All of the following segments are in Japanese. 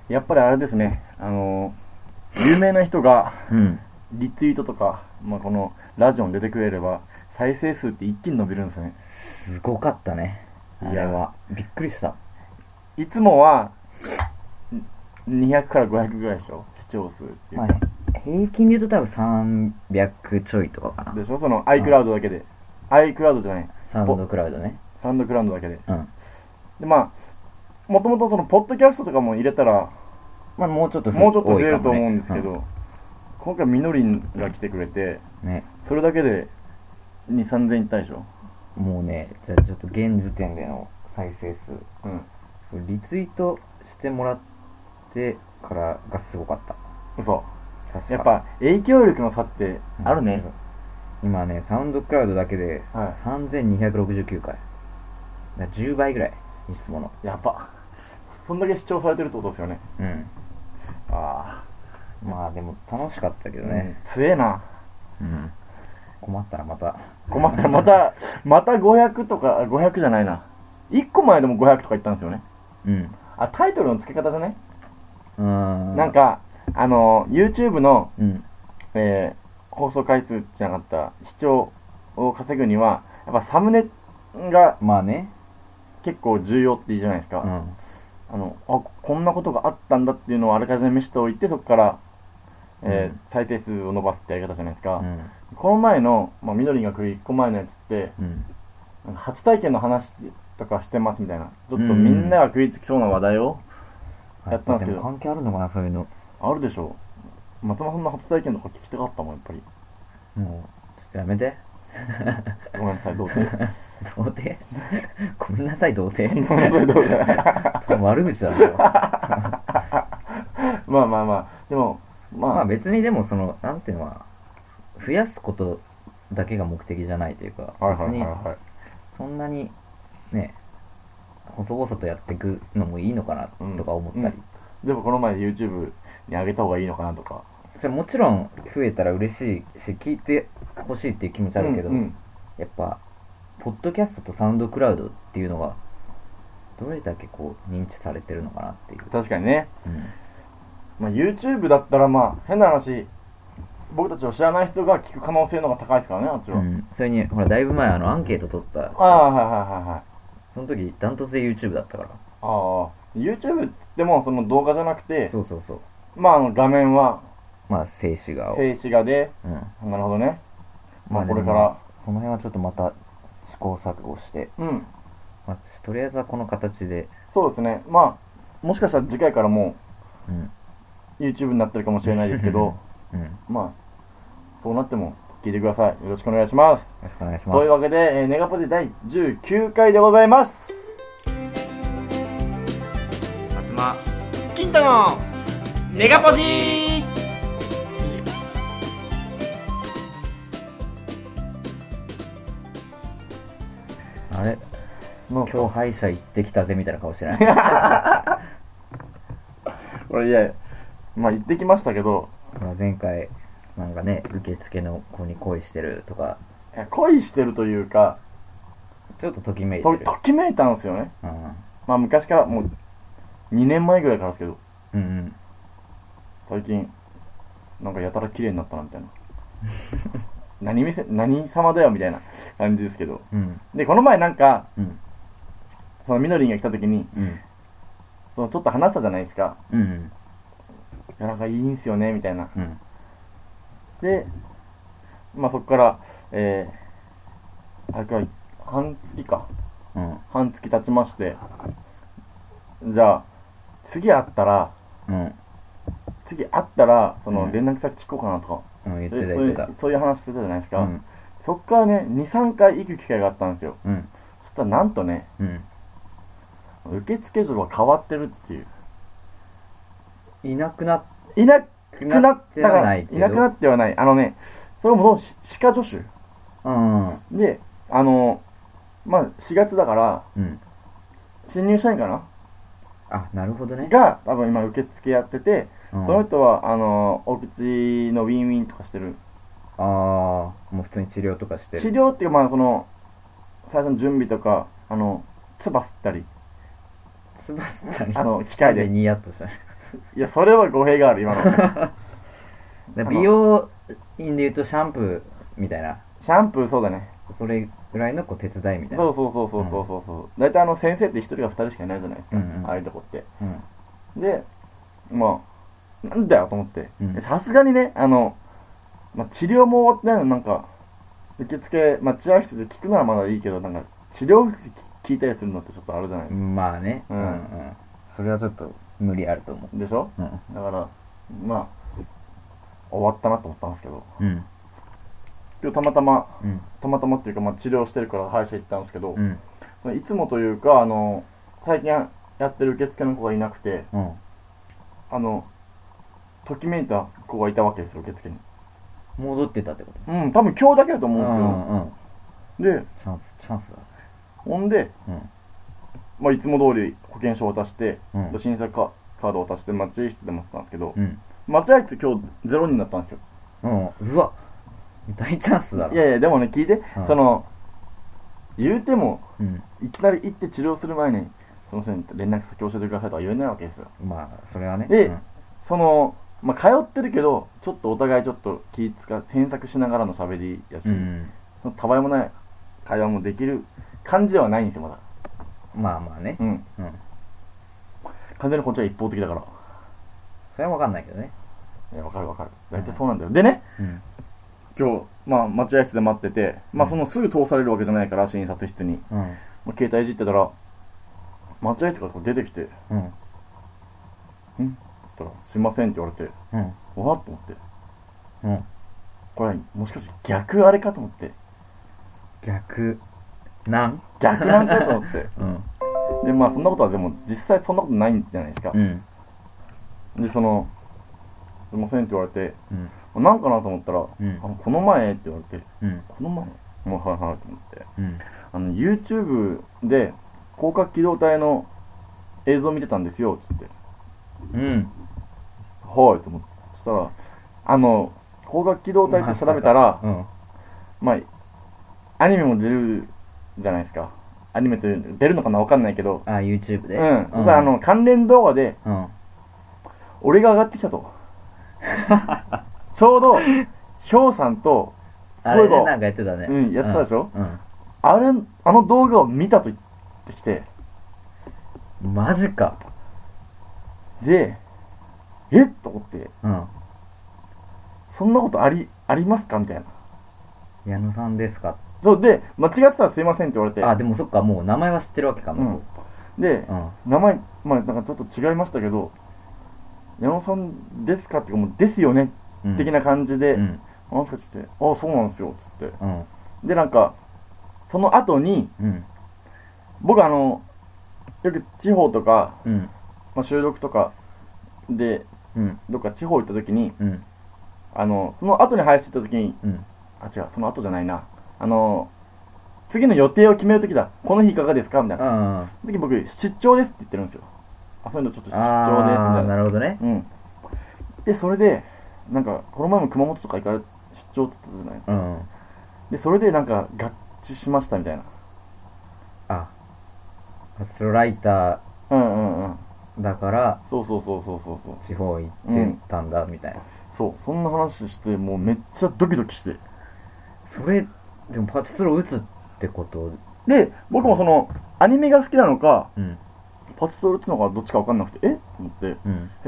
やっぱりあれですね、有名な人がうんリツイートとか、まあ、このラジオに出てくれれば再生数って一気に伸びるんですね。 すごかったね。あいやれはびっくりした。 いつもは200から500ぐらいでしょ、視聴数っていうか、 まあ平均で言うと多分300ちょいとかかな。 でしょ、その iCloud だけで、iCloud じゃない、 サウンドクラウドね。 サウンドクラウドだけで。 うんでまあもともとそのポッドキャストとかも入れたらまあもうちょっともうちょっと増多いかもねえると思うんですけど、今回みのりんが来てくれてね。 それだけで2、3000いったでしょ。 もうね、じゃあちょっと現時点での再生数、 うんそうリツイートしてもらってからがすごかった。 嘘。 確かやっぱ影響力の差ってあるね。 すごい今ね、サウンドクラウドだけではい 3269回。だから10倍ぐらい、いつもの。 やっぱそんだけ視聴されてるってことですよね。 うん。 あまあでも楽しかったけどあ、 ね。 強えな。 うん。困ったらまた。 困ったらまた500とか、500じゃないな、1個前でも500とか言ったんですよね。 うん。 タイトルの付け方じゃね、なんか、 かYouTube の、 うん。 放送回数じゃなかった視聴を稼ぐにはやっぱサムネがまあね。 結構重要っていいじゃないですか。こんなことがあったんだっていうのをあらかじめ見せておいて、そこから、再生数を伸ばすってやり方じゃないですか。この前の、みどりが来る1個前のやつって、なんか初体験の話とかしてますみたいな、ちょっとみんなが食いつきそうな話題をやったんですけど、 でも関係あるのかな、そういうの。 あるでしょう。松間さんの初体験とか聞きたかったもん、やっぱり。 もうちょっとやめて。 ごめんなさい、どうぞ。 童貞ごめんなさい、童貞。 ごめんなさい、どうぞ。 悪口だろ。 まあまあまあ、でも、 まあ別にでもその、なんていうのは、増やすことだけが目的じゃないというか、 はいはい別にはいはい。 そんなにね、細々とやっていくのもいいのかなとか思ったり、 でもこの前 YouTube に上げた方がいいのかなとか。 それもちろん増えたら嬉しいし、聞いてほしいっていう気持ちあるけど、やっぱポッドキャストとサウンドクラウドっていうのがどれだけこう認知されてるのかなっていう。 確かにね。YouTube だったら変な話、僕たちを知らない人が聞く可能性の方が高いですからね、あっちは。 それにほらだいぶ前アンケート取った。 はいはいはいはい。 その時ダントツで YouTube だったから。 YouTube って言ってもその動画じゃなくて、 そうそうそう。 画面は静止画を。 静止画で、なるほどね。これからその辺はちょっとまた試行錯誤して、とりあえずはこの形で。 そうですね。もしかしたら次回からもう、YouTube になってるかもしれないですけど、そうなっても聞いてください。よろしくお願いします。 よろしくお願いします。 というわけで、ネガポジ第19回でございます。 松間金太のネガポジ。 あれ、今日歯医者行ってきたぜみたいな顔してない？ これいや、行ってきましたけど、 前回なんかね、受付の子に恋してるとか、 恋してるというか、 ちょっとときめいてる。 ときめいたんですよね。昔からもう2年前ぐらいからですけど、最近なんかやたら綺麗になったなみたいな。何様だよみたいな感じですけど、でこの前なんか、そのみのりんが来た時に、そのちょっと話したじゃないですか。なんかいいんすよねみたいな。でそっから、あれから半月か、半月経ちまして、じゃあ次会ったら、その連絡先聞こうかなとか、 言ってた。 そういう話してたじゃないですか。そっからね 2,3 回行く機会があったんですよ。そしたらなんとね、受付嬢が変わってるっていう。 いなくなってはないけど、いなくなってはない。それももう歯科助手、で4月だから、新入社員かな、 なるほどね。 が多分今受付やってて、その人はお口のウィンウィンとかしてる。 もう普通に治療とかしてる。 治療っていうかその最初の準備とか、唾吸ったり、 唾吸ったり、 機械でニヤッとしたね。 いやそれは語弊がある今の美容院で言うとシャンプーみたいな、 シャンプーそうだね、 それぐらいのこう手伝いみたいな。 そう大体先生って1人か2人しかいないじゃないですか、ああいうとこって、でまあなんだよと思って、さすがにね治療も終わってないのなんか受付待合室で聞くならまだいいけど、なんか治療室で聞いたりするのってちょっとあるじゃないですか。 まあね、それはちょっと無理あると思うでしょ、だからまあ終わったなと思ったんですけど、今日たまたまっていうか、治療してるから歯医者行ったんですけど、いつもというか最近やってる受付の子がいなくて、ときめいた子がいたわけですよ、受付に。 戻ってたってこと？ 多分今日だけだと思うんですけど、でチャンスだ。 ほんで、いつも通り保険証を渡して、診察カードを渡して待合室で待ってたんですけど、待合室今日0人だったんですよ。 うわ、大チャンスだろ。 いやいやでもね聞いて、言うても、いきなり行って治療する前にその人に連絡先教えてくださいとは言えないわけですよ。 まあそれはね。 で、通ってるけどちょっとお互いちょっと気使う詮索しながらの喋りやし、たわいもない会話もできる感じではないんですよまだ。 まあね。 完全にこっちは一方的だから。 それは分かんないけどね。 いや分かる大体そうなんだよ。でね、今日待合室で待ってて、そのすぐ通されるわけじゃないから診察室に、携帯いじってたら待合室から出てきて、ったらすいませんって言われて、わっと思って、これもしかして逆あれかと思って、 逆なんかと思って、でそんなことはでも実際そんなことないんじゃないですか。ですいませんって言われて、なんかなと思ったら、この前って言われて、この前もうはいと思って、YouTube で広角機動隊の映像見てたんですよっつって、はいと思って、そしたら広角機動隊って調べたら、アニメも出るじゃないですか。アニメって出るのかなわかんないけど、 YouTube で、 そしたら関連動画で、俺が上がってきたとちょうどヒョウさんとすごいなんかやってたね。 やってたでしょ。あの動画を見たと言ってきて、 マジか。 でと思って、そんなことありますかみたいな。 矢野さんですか。 そうで、間違ってたらすいませんって言われて、 でもそっか、もう名前は知ってるわけかも。 で、名前なんかちょっと違いましたけど、矢野さんですかっていうか、もうですよね、的な感じで話しかけて、そうなんですよっつって、でなんかその後に、僕よく地方とか、収録とかで、どっか地方行った時に、その後に配信した時に、違う、その後じゃないな、次の予定を決める時だ、この日いかがですかみたいな、その時僕出張ですって言ってるんですよ。そういうのちょっと出張ですみたいな。 なるほどね。 でそれでなんかこの前も熊本とか行かれ出張って言ったじゃないですか。でそれでなんか合致しましたみたいな。 ファストライターだからそう地方行ってたんだみたいな。 そんな話して、もうめっちゃドキドキして、 それでもパチスロ打つってことで、僕もアニメが好きなのか、パチスロ打つのかどっちか分かんなくて、と思って、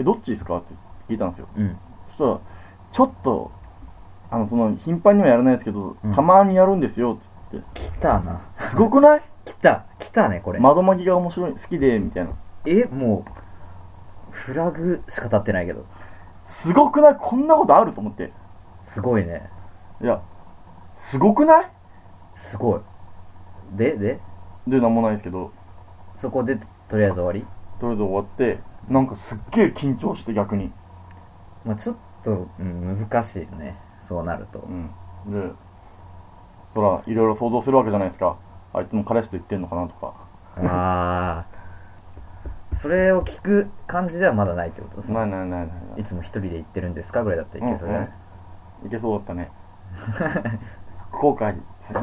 どっちですかって聞いたんですよ。そしたらちょっと頻繁にはやらないですけど、たまにやるんですよっつって。 来たな。 すごくない？ 来たねこれ。 窓巻きが面白い、好きでみたいな。 もうフラグしか立ってないけど、 すごくない？こんなことあると思って。 すごいね。 いやすごくない？ すごい。でなんもないですけど、 そこでとりあえず終わり？ とりあえず終わって、なんかすっげえ緊張して、逆にちょっと、難しいよね、そうなると。 でそらいろいろ想像するわけじゃないですか。あいつも彼氏と言ってんのかなとか。 それを聞く感じではまだないってことですか？ ない。 いつも一人で行ってるんですかぐらいだったらいけそうじゃない？ いけそうだったね。後悔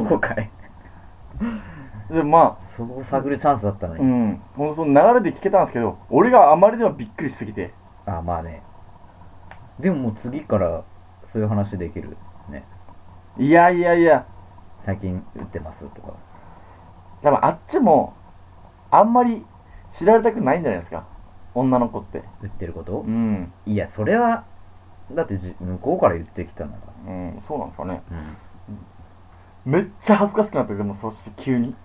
でそこを探るチャンスだったのに。 その流れで聞けたんですけど、俺があまりでもびっくりしすぎて、 あ、まあね。でももう次からそういう話できるね。 いやいやいや、 最近打ってますとか。 多分あっちもあんまり知られたくないんじゃないですか、女の子って。 打ってること、 うん。 いや、それはだって向こうから言ってきたんだかうん、そうなんですかね。 ら。 めっちゃ恥ずかしくなって、でもそして急に。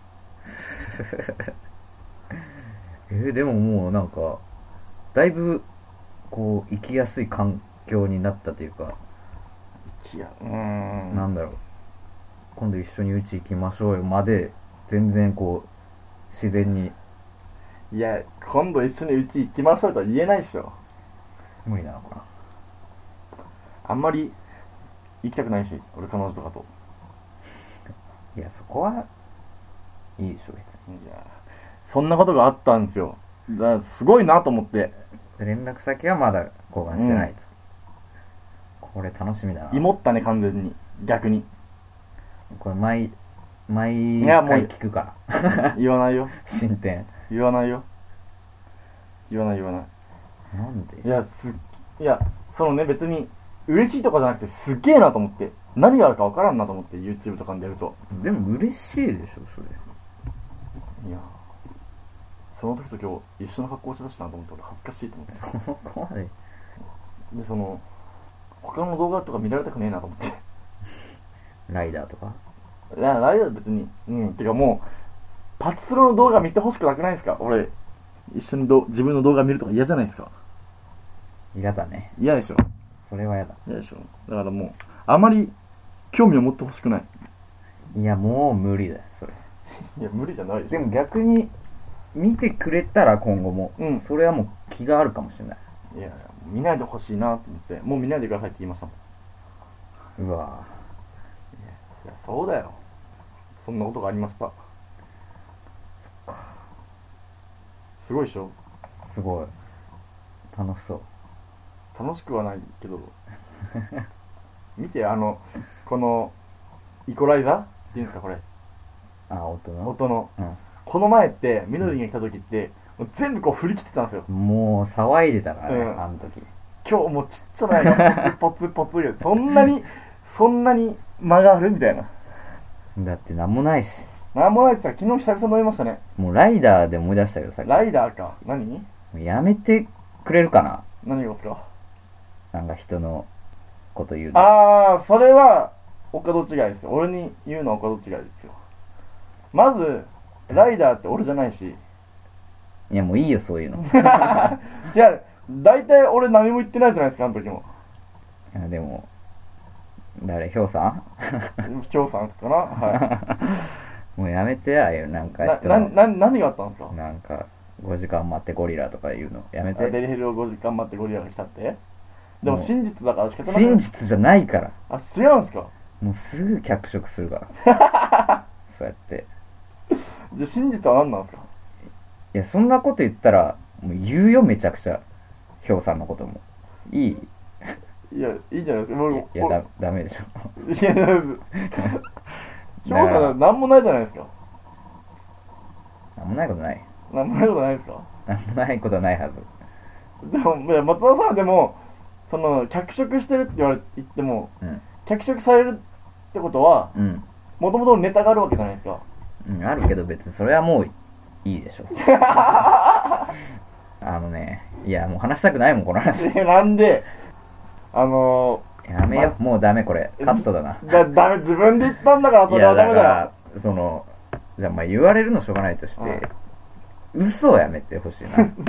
でももうなんかだいぶこう生きやすい環境になったというか、 いや、 なんだろう、今度一緒にうち行きましょうよまで全然こう自然に。 いや、今度一緒にうち行きましょうとは言えないでしょ。 無理なのかな。 あんまり行きたくないし、俺彼女とかと。 いや、そこはいいでしょ別に。 いや、そんなことがあったんですよ。だからすごいなと思って。 連絡先はまだ交換してないと、これ楽しみだな。 芋ったね、完全に。逆に。 これ毎回聞くか言わないよ。 ら進展。 言わないよ。言わない言わない。 なんで。 いや、そのね、別に嬉しいとかじゃなくてすっげえなと思って。何があるか分からんなと思って、 YouTube とかに出ると。 でも嬉しいでしょそれ。 いや、その時と今日一緒の格好してたしなと思って、俺恥ずかしいと思って。 そこまで。 で、その他の動画とか見られたくねえなと思って。 ライダーとか。 いや、ライダー別に。てかもう、パチスロの動画見てほしくなくないですか？俺、一緒に自分の動画見るとか嫌じゃないですか？ 嫌だね。 嫌でしょ？ それは嫌だ。 嫌でしょ？だからもう、あまり興味を持ってほしくない。 いや、もう無理だよ、それ。 いや、無理じゃないでしょ。 でも逆に、見てくれたら今後も、それはもう気があるかもしれない。 いや、見ないでほしいなと思って、もう見ないでくださいって言いましたもん。 うわいや、そうだよ。そんなことがありました。すごいでしょ？ すごい。楽しそう。 楽しくはないけど。見て、この、イコライザーっていうんですか、これ。音の。この前って、みのりんが来た時って、もう全部こう振り切ってたんですよ。 もう騒いでたからね、あの時。 今日もうちっちゃなのがポツポツポツ。そんなに間があるみたいな。 だってなんもないし。 なんもないってさ、昨日久々飲みましたね。 もうライダーで思い出したけどさ。 ライダーか。何？ もうやめてくれるかな。 何がですか？ なんか人のこと言うの。 それはお門違いですよ。俺に言うのはお門違いですよ。まずライダーって俺じゃないし。 いや、もういいよそういうの。 違う、大体俺何も言ってないじゃないですか、あの時も。 いやでも誰、ヒョウさんヒョウさんかな。はい。もうやめてやよ、なんか人の何があったんですか？ なんか5時間待ってゴリラとか言うのやめて。 デリヘルを5時間待ってゴリラが来たって。でも真実だから仕方ない。 真実じゃないから。 違うんですか？ もうすぐ脚色するからそうやって。 じゃあ真実は何なんですか？ いや、そんなこと言ったらもう言うよ、めちゃくちゃ。ヒョウさんのこともいい。 いや、いいじゃないですか。 いや、ダメでしょ。 いや、ヒョウさんなんもないじゃないですか。 なんもないことない。 なんもないことないですか？ なんもないことはないはず。 でも、松田さんはでも、その、脚色してるって言っても、脚色されるってことは、もともとネタがあるわけじゃないですか。 あるけど別にそれはもういいでしょ。いや、もう話したくないもん、この話。 なんで、 やめよ、もうダメ、これ。カットだな。 ダメ、自分で言ったんだから、それはダメだよ。じゃあまあ言われるのしょうがないとして、嘘をやめてほしいな。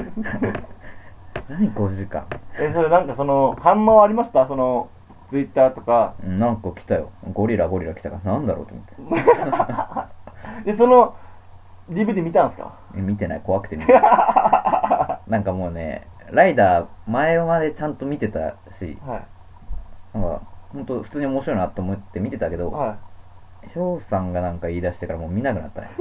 何5時間。 それなんか反応ありました？ツイッターとか。 なんか来たよ。ゴリラ来たから、なんだろうと思って。 で、DVD 見たんすか？ 見てない、怖くて見てない。なんかもうね、ライダー前までちゃんと見てたし、なんかほんと普通に面白いなと思って見てたけど、ヒョウさんがなんか言い出してからもう見なくなったね。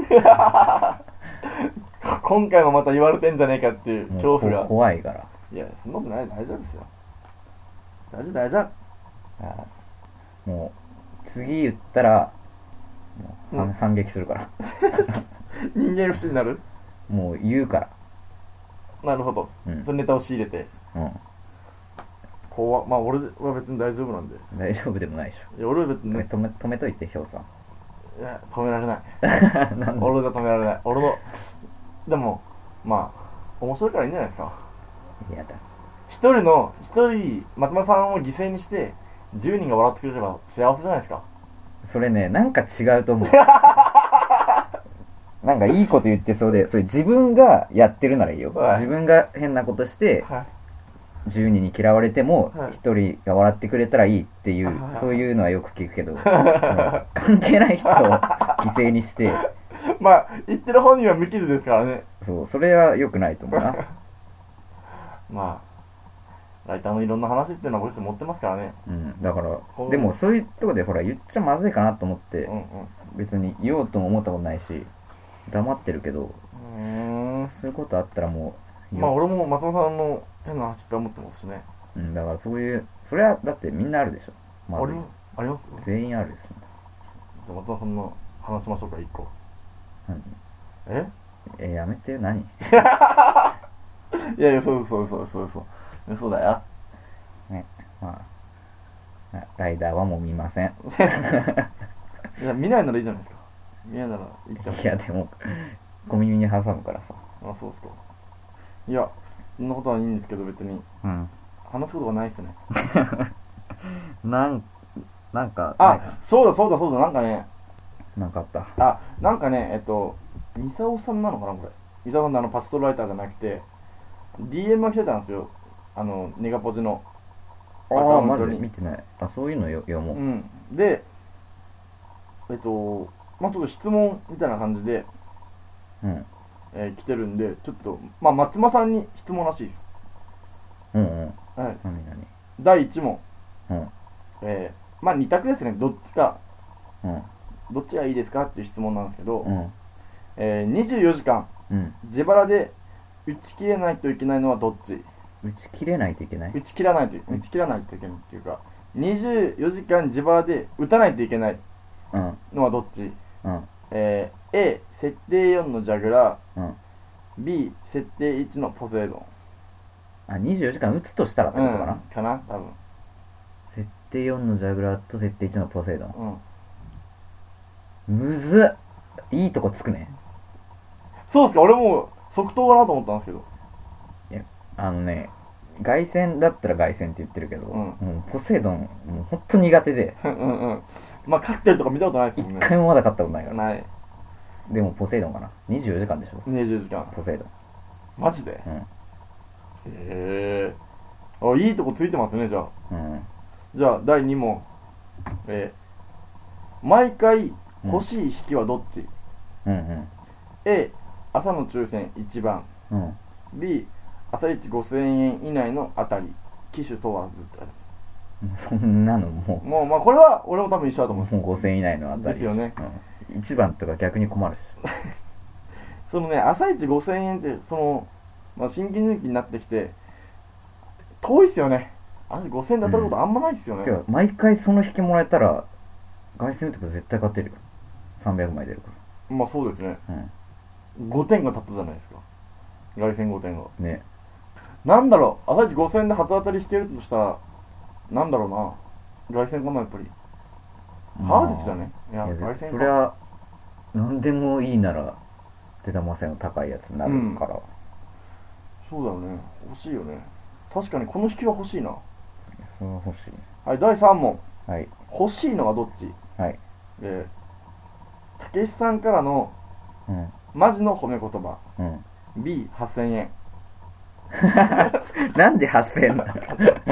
今回もまた言われてんじゃねえかっていう恐怖が。 怖いから。 いや、そんなことない、大丈夫ですよ。大丈夫。 もう次言ったらもう反撃するから。 人間不信になる？ もう言うから。 なるほど。そのネタを仕入れて。 まあ俺は別に大丈夫なんで。 大丈夫でもないでしょ。 いや俺は別にね、 止めといて、ひょうさん。 いや止められない俺じゃ止められない。俺のでもまあ面白いからいいんじゃないですか。 いやだ、 一人松本さんを犠牲にして10人が笑ってくれれば幸せじゃないですか。 それね、なんか違うと思うなんかいいこと言ってそうで、それ自分がやってるならいいよ、 はい、 自分が変なことして、はい、10人に嫌われても1人が笑ってくれたらいいっていう、はい、そういうのはよく聞くけど関係ない人を犠牲にしてまあ言ってる本人は無傷ですからね。 そう、それは良くないと思うなまあライターのいろんな話っていうのは僕たち持ってますからね。 うん、だからでもそういうとこでほら言っちゃまずいかなと思って、うんうん、別に言おうとも思ったことないし黙ってるけど、そういうことあったらもうまあ俺も松本さんの変な話いっぱい持ってますしね。 うん、だからそういう、それはだってみんなあるでしょ。 まずあります？ 全員あるですね。 じゃあ松本さんの話しましょうか、1個。 何？やめてよ、何？ いやいや、そうだよね。まあライダーはもう見ませんいや見ないならいいじゃないですか。見ないならいいかも。 いやでも小耳に挟むからさ。 あ、そうですか。いやそんなことはいいんですけど、別に、うん、話すことがないっすねなんかそうだなんかね、 なんかあった。 なんかね、ミサオさんなのかな、これ。ミサオさんのパストライターじゃなくて DM が来てたんですよ、ネガポジのアカウントに。マジで見てない。そういうの読もう。 うん。でまあちょっと質問みたいな感じで、うん、来てるんで、ちょっとまあ松間さんに質問らしいです。 うんうん。はい。何？ 第1問。うん。まあ2択ですね。どっちか。うん。どっちがいいですかっていう質問なんですけど、うん、24時間、うん、自腹で打ち切れないといけないのはどっち？ 打ち切れないといけない？ 打ち切らないといけないっていうか、24時間自腹で打たないといけないのはどっち？うん、A 設定4のジャグラー、うん、B 設定1のポセイドン。 24時間打つとしたらってことかな、 かな多分。 設定4のジャグラーと設定1のポセイドン、むずっ。いいとこつくね。 そうっすか。俺も即答かなと思ったんですけど。 いや凱旋だったら凱旋って言ってるけど、もうポセイドンもうほんと苦手でまあ勝ってるとか見たことないですもんね。 一回もまだ勝ったことないから。 ない。 でもポセイドンかな。24時間でしょ。 24時間ポセイドン。 マジで？へえ。いいとこついてますね、じゃあ。じゃあ第2問。毎回欲しい引きはどっち？A 朝の抽選1番、B 朝一5000円以内の当たり、機種問わずってあります。そんなのもうまあこれは俺も多分一緒だと思う。 もう5000円以内の当たりですよね。 1番とか逆に困るしそのね、朝一5000円ってまあ、新規入金になってきて遠いっすよね。5000円で当たることあんまないっすよね。 てか毎回その引きもらえたら凱旋とか絶対勝てるよ。300枚出るから。 まあそうですね、5点が立ったじゃないですか、凱旋5点がね。なんだろう、朝一5000円で初当たり引けるとしたらなんだろうな、凱旋かな、やっぱり。ハーですよね。 いや凱旋か。そりゃ何でもいいなら出たませんの高いやつになるから、 そうだよね、欲しいよね。確かにこの引きは欲しいな。 それは欲しい。 はい、第3問。 はい。 欲しいのはどっち？はい。たけしさんからの、マジの褒め言葉、B 8000円なんで8000円なの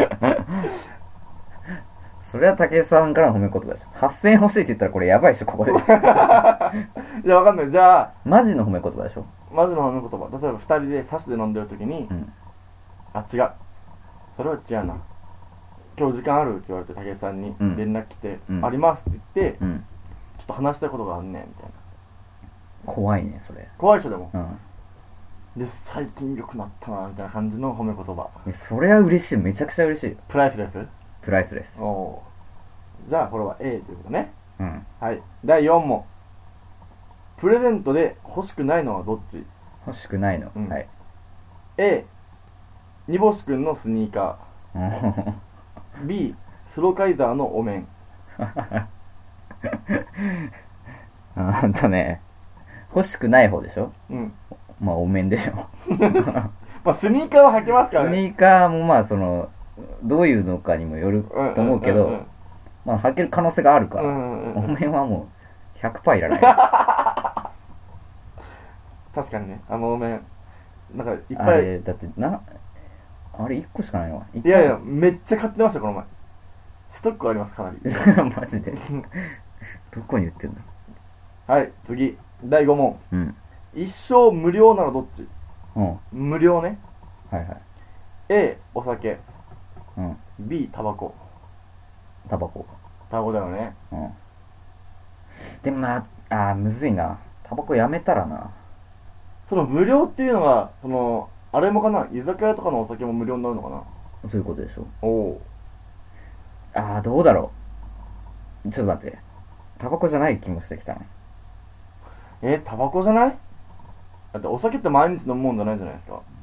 それはたけしさんからの褒め言葉でしょ。8000円欲しいって言ったらこれやばいでしょ、ここで。いや、 わかんない。じゃあマジの褒め言葉でしょ。 マジの褒め言葉。例えば2人でサシで飲んでる時に、違う、それは違うな、今日時間あるって言われてたけしさんに連絡来て、ありますって言って、ちょっと話したいことがあんねんみたいな。 怖いね、それ。 怖いでしょ、でも。で、最近良くなったなみたいな感じの褒め言葉。 それは嬉しい。めちゃくちゃ嬉しい。 プライスレス。 おじゃあこれは A ということね。はい。第4問。プレゼントで欲しくないのはどっち？ 欲しくないの、はい。 A 煮干しくんのスニーカー B スローカイザーのお面。 欲しくない方でしょ。 うん。 まあお面でしょ。 まあスニーカーは履けますからね。 スニーカーもまあどういうのかにもよると思うけど、まあ履ける可能性があるから、お面はもう 100% いらない。 確かにね、お面なんかいっぱい。 あれだってあれ1個しかないの。 いやいや、めっちゃ買ってましたこの前。ストックあります、かなり。 マジで。どこに売ってんの。 はい、次第5問。 うん。 一生無料ならどっち？ うん。 無料ね。 はいはい。 A お酒、 うん。 B タバコ。 タバコ。 タバコだよね。 うん。でもむずいな。タバコやめたらな。 その無料っていうのがあれもかな、居酒屋とかのお酒も無料になるのかな。 そういうことでしょ。 おお。 どうだろう。ちょっと待って。タバコじゃない気もしてきたね。 タバコじゃない？だってお酒って毎日飲むもんじゃないじゃないですか。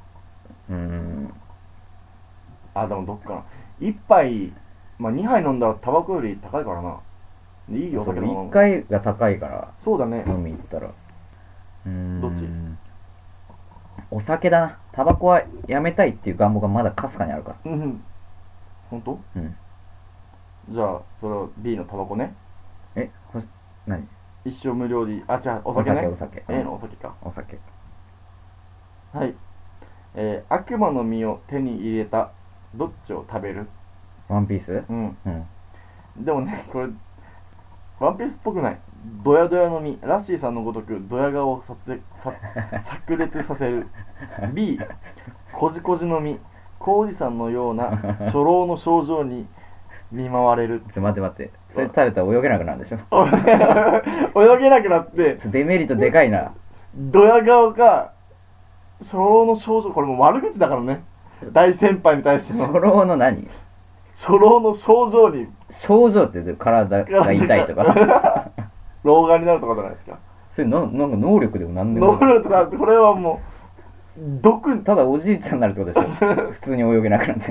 でもどっかな。1杯、まあ2杯飲んだらタバコより高いからな。いいお酒飲む。 1回が高いから。 そうだね。 飲み行ったら。 どっち？ お酒だな。タバコはやめたいっていう願望がまだかすかにあるから。 ほんと？ うん。 じゃあそれは B のタバコね。 何？ 一生無料でいい。じゃあお酒ね。 お酒。 A のお酒か。 お酒。 はい。悪魔の実を手に入れた。どっちを食べる？ ワンピース？ うん。でもね、これワンピースっぽくない。ドヤドヤの実、ラッシーさんのごとくドヤ顔を炸裂させる。B こじこじの実、浩二さんのような初老の症状に見舞われる。 待って。それ食べたら泳げなくなるんでしょ。 泳げなくなってデメリットでかいな。 ドヤ顔か初老の症状。これもう悪口だからね。大先輩に対しての初老の何？ 初老の症状に。 症状って言うと体が痛いとか老眼になるとかじゃないですか。 それなんか能力でもなんでも。 能力だってこれはもうただおじいちゃんになるってことでしょ。普通に泳げなくなって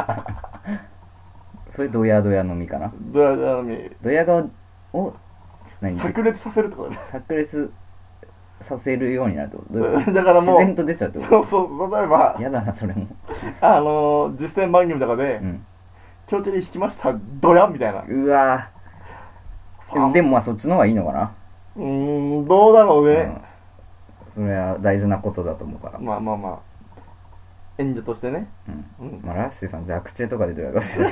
それドヤドヤの実かな。 ドヤドヤの実。 ドヤ顔を炸裂させるってことね。 炸裂させるようになるってこと。 だからもう自然と出ちゃうってこと。 そう例えばやだなそれも実践番組とかで、今日チェリー引きましたドヤみたいな。 うわでもまあそっちの方がいいのかな。 どうだろうね。 それは大事なことだと思うから。 まあ演者としてね。 まあラッシーさん弱中とかでドヤ顔してる。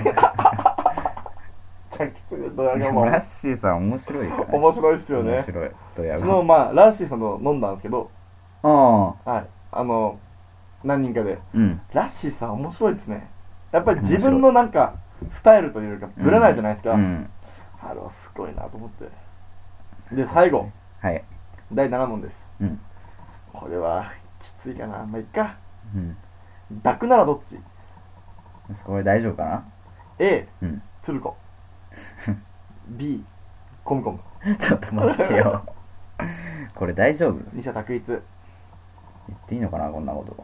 弱中でドヤ顔も。 ラッシーさん面白いからね。 面白いっすよね。 面白いドヤ顔。 昨日ラッシーさんと飲んだんですけど。何人かで、ラッシーさん面白いですね。やっぱり自分のなんかスタイルというかぶれないじゃないですか。あれはすごいなと思って。で最後、第7問です。これはきついかな。まあいっか。抱くならどっち？ これ大丈夫かな。 A つるこB コムコム。 ちょっと待ってよこれ大丈夫？ 二者択一。言っていいのかなこんなこと。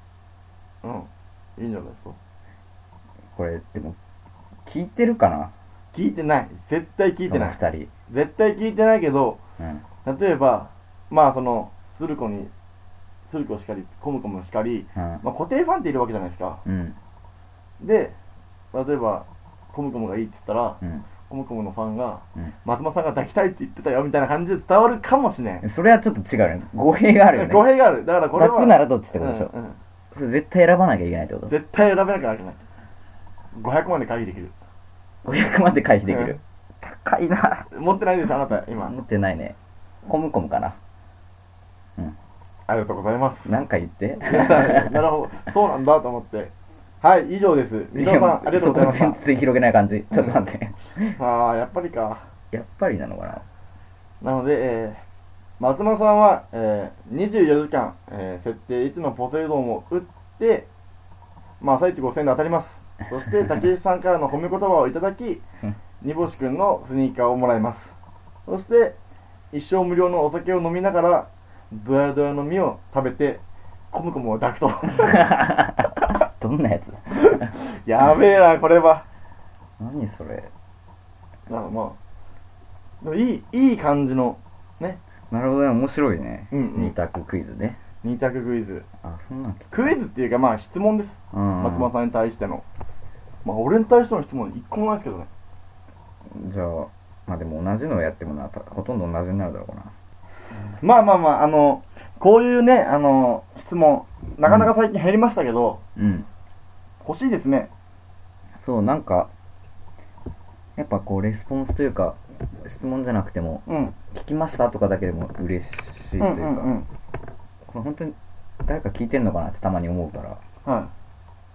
いいんじゃないですか。 これでも聞いてるかな。 聞いてない。絶対聞いてない。 その2人絶対聞いてないけど、例えばつるこしかりコムコムしかり、固定ファンっているわけじゃないですか。で例えばコムコムがいいって言ったら、コムコムのファンが、松本さんが抱きたいって言ってたよみたいな感じで伝わるかもしれん。 それはちょっと違うね。語弊があるよね。 語弊がある。だからこれは抱くならどっちってことでしょ。それ絶対選ばなきゃいけないってこと。 絶対選べなきゃいけない。500万で回避できる。 500万で回避できる。高いな。 持ってないでしょあなた今。 持ってないね。コムコムかな。 ありがとうございます。 なんか言ってなるほど、そうなんだと思って。はい、以上です。水戸さん、ありがとうございました。 そこ全然広げない感じ。ちょっと待って。 やっぱりか。 やっぱりなのかな。 なので、松間さんは、24時間、設定1のポセイドンを打って、朝一5000円で当たります。そして、竹内さんからの褒め言葉をいただき、煮干しくんのスニーカーをもらいます。そして、一生無料のお酒を飲みながら、ドヤドヤの実を食べて、コムコムを抱くと。 どんなやつだやべえな、これは。 何それ。 だからまあでもいい感じのね。 なるほどね、面白いね。 うんうん、 二択クイズね。 二択クイズ。 あ、そんなんクイズっていうかまあ質問です、松本さんに対しての。まあ俺に対しての質問一個もないですけどね。 じゃあまあでも同じのをやってもな、ほとんど同じになるだろうな。 まあまあまあこういうね質問なかなか最近減りましたけど、 うん、 欲しいですね。 そう、なんかやっぱこうレスポンスというか質問じゃなくても、 うん、 聞きましたとかだけでも嬉しいというか、これ本当に誰か聞いてんのかなってたまに思うから、 はい、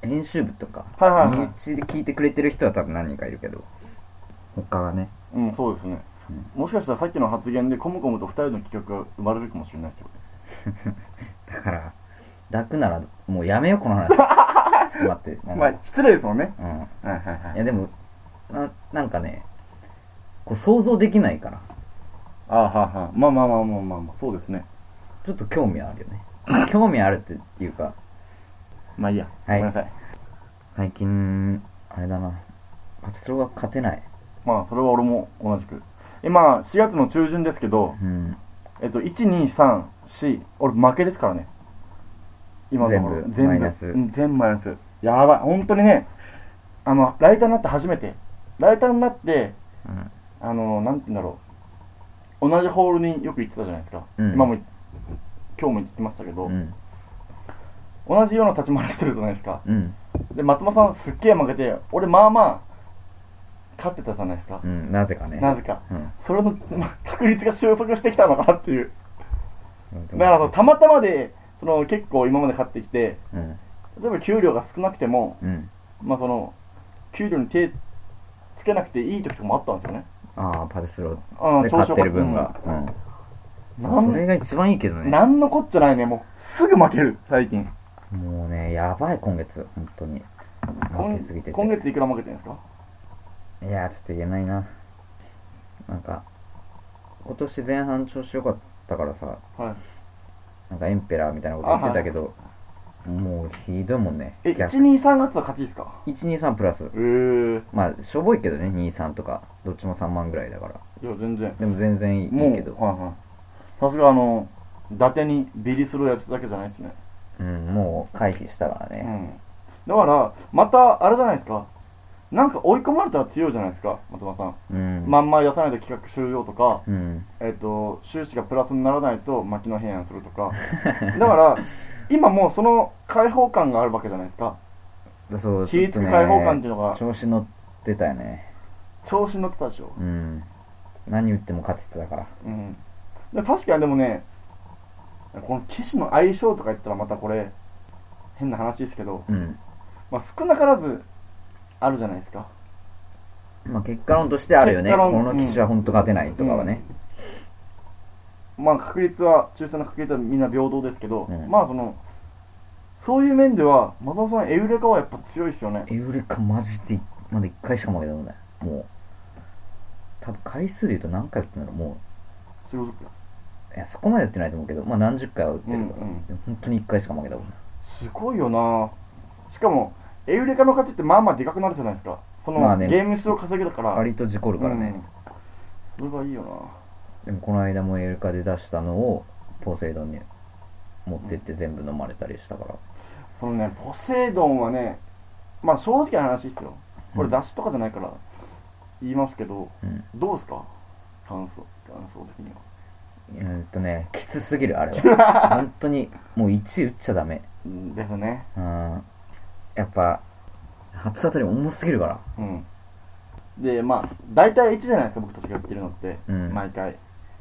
編集部とか、 はいはいはい、 身内で聞いてくれてる人は多分何人かいるけど、他はね、 そうですね、もしかしたらさっきの発言でコムコムと2人の企画が生まれるかもしれないですよだから抱くならもうやめようこの話ちょっと待って、 まあ失礼ですもんね。 はいはいはい。いやでもなんかね、こう想像できないから、 あはは、まあまあまあまあまあ、まあ、そうですね。 ちょっと興味あるよね興味あるっていうか、 まあいいや、ごめんなさい。 最近あれだな、パチスロが勝てない。 まあそれは俺も同じく。今4月の中旬ですけど、1、2、3、4、俺負けですからね。今のところ全部マイナス。 全部マイナス。やばい、本当にね、ライターになって初めて、ライターになって、なんて言うんだろう、同じホールによく行ってたじゃないですか。今も今日も行ってましたけど、同じような立ち回りしてるじゃないですか。で松本さんすっげえ負けて、俺まあまあ勝ってたじゃないですか。 なぜかね。 なぜか、それの、確率が収束してきたのかなっていう。だからたまたまで結構今まで勝ってきて、例えば給料が少なくても、まあ給料に手つけなくていい時とかもあったんですよね。 パチスロで勝ってる分が、それが一番いいけどね。 なんのこっちゃないね。もうすぐ負ける最近。 もうね、やばい。今月本当に負けすぎてて。 今月いくら負けてるんですか？ いやちょっと言えないな。なんか今年前半調子良かったからさ、なんかエンペラーみたいなこと言ってたけど、もうひどいもんね。 1、2、3月は勝ちですか？ 1、2、3プラス。まあしょぼいけどね、2、3とかどっちも3万ぐらいだから。 いや全然。 でも全然いいけど、 さすが伊達にビリスロやってただけじゃないですね。 もう回避したからね。 だからまたあれじゃないですか、なんか追い込まれたら強いじゃないですか、松本さん。まんま出さないと企画終了とか、収支がプラスにならないと牧野平安するとかだから今もうその解放感があるわけじゃないですか。 そう、 火つく解放感っていうのが、 調子乗ってたよね。 調子乗ってたでしょ。 何言っても勝ててたから。 確かに。でもね、この騎士の相性とか言ったらまたこれ変な話ですけど、まあ少なからずあるじゃないですか。 まあ結果論としてあるよね。この騎士は本当勝てないとかはね。 まあ確率は、抽選の確率はみんな平等ですけど、まあそういう面では松本さんエウレカはやっぱ強いですよね。 エウレカマジでまだ1回しか負けたもんね。もう多分回数で言うと何回打ってんだろう。もういやそこまで打ってないと思うけど、まあ何十回は打ってるから、本当に1回しか負けたもん。 すごいよな。しかもエウレカの勝ちってまあまあでかくなるじゃないですか。ゲーム数を稼げだから割と事故るからね。 それがいいよな。 でもこの間もエウレカで出したのをポセイドンに持ってって全部飲まれたりしたから、 ポセイドンはね、まあ正直な話ですよ。これ雑誌とかじゃないから言いますけど、どうですか、感想的には。 きつすぎるあれは本当にもう1打っちゃダメですね。 やっぱ初当たり重すぎるから。 でまあ大体1じゃないですか、僕たちが言ってるのって、毎回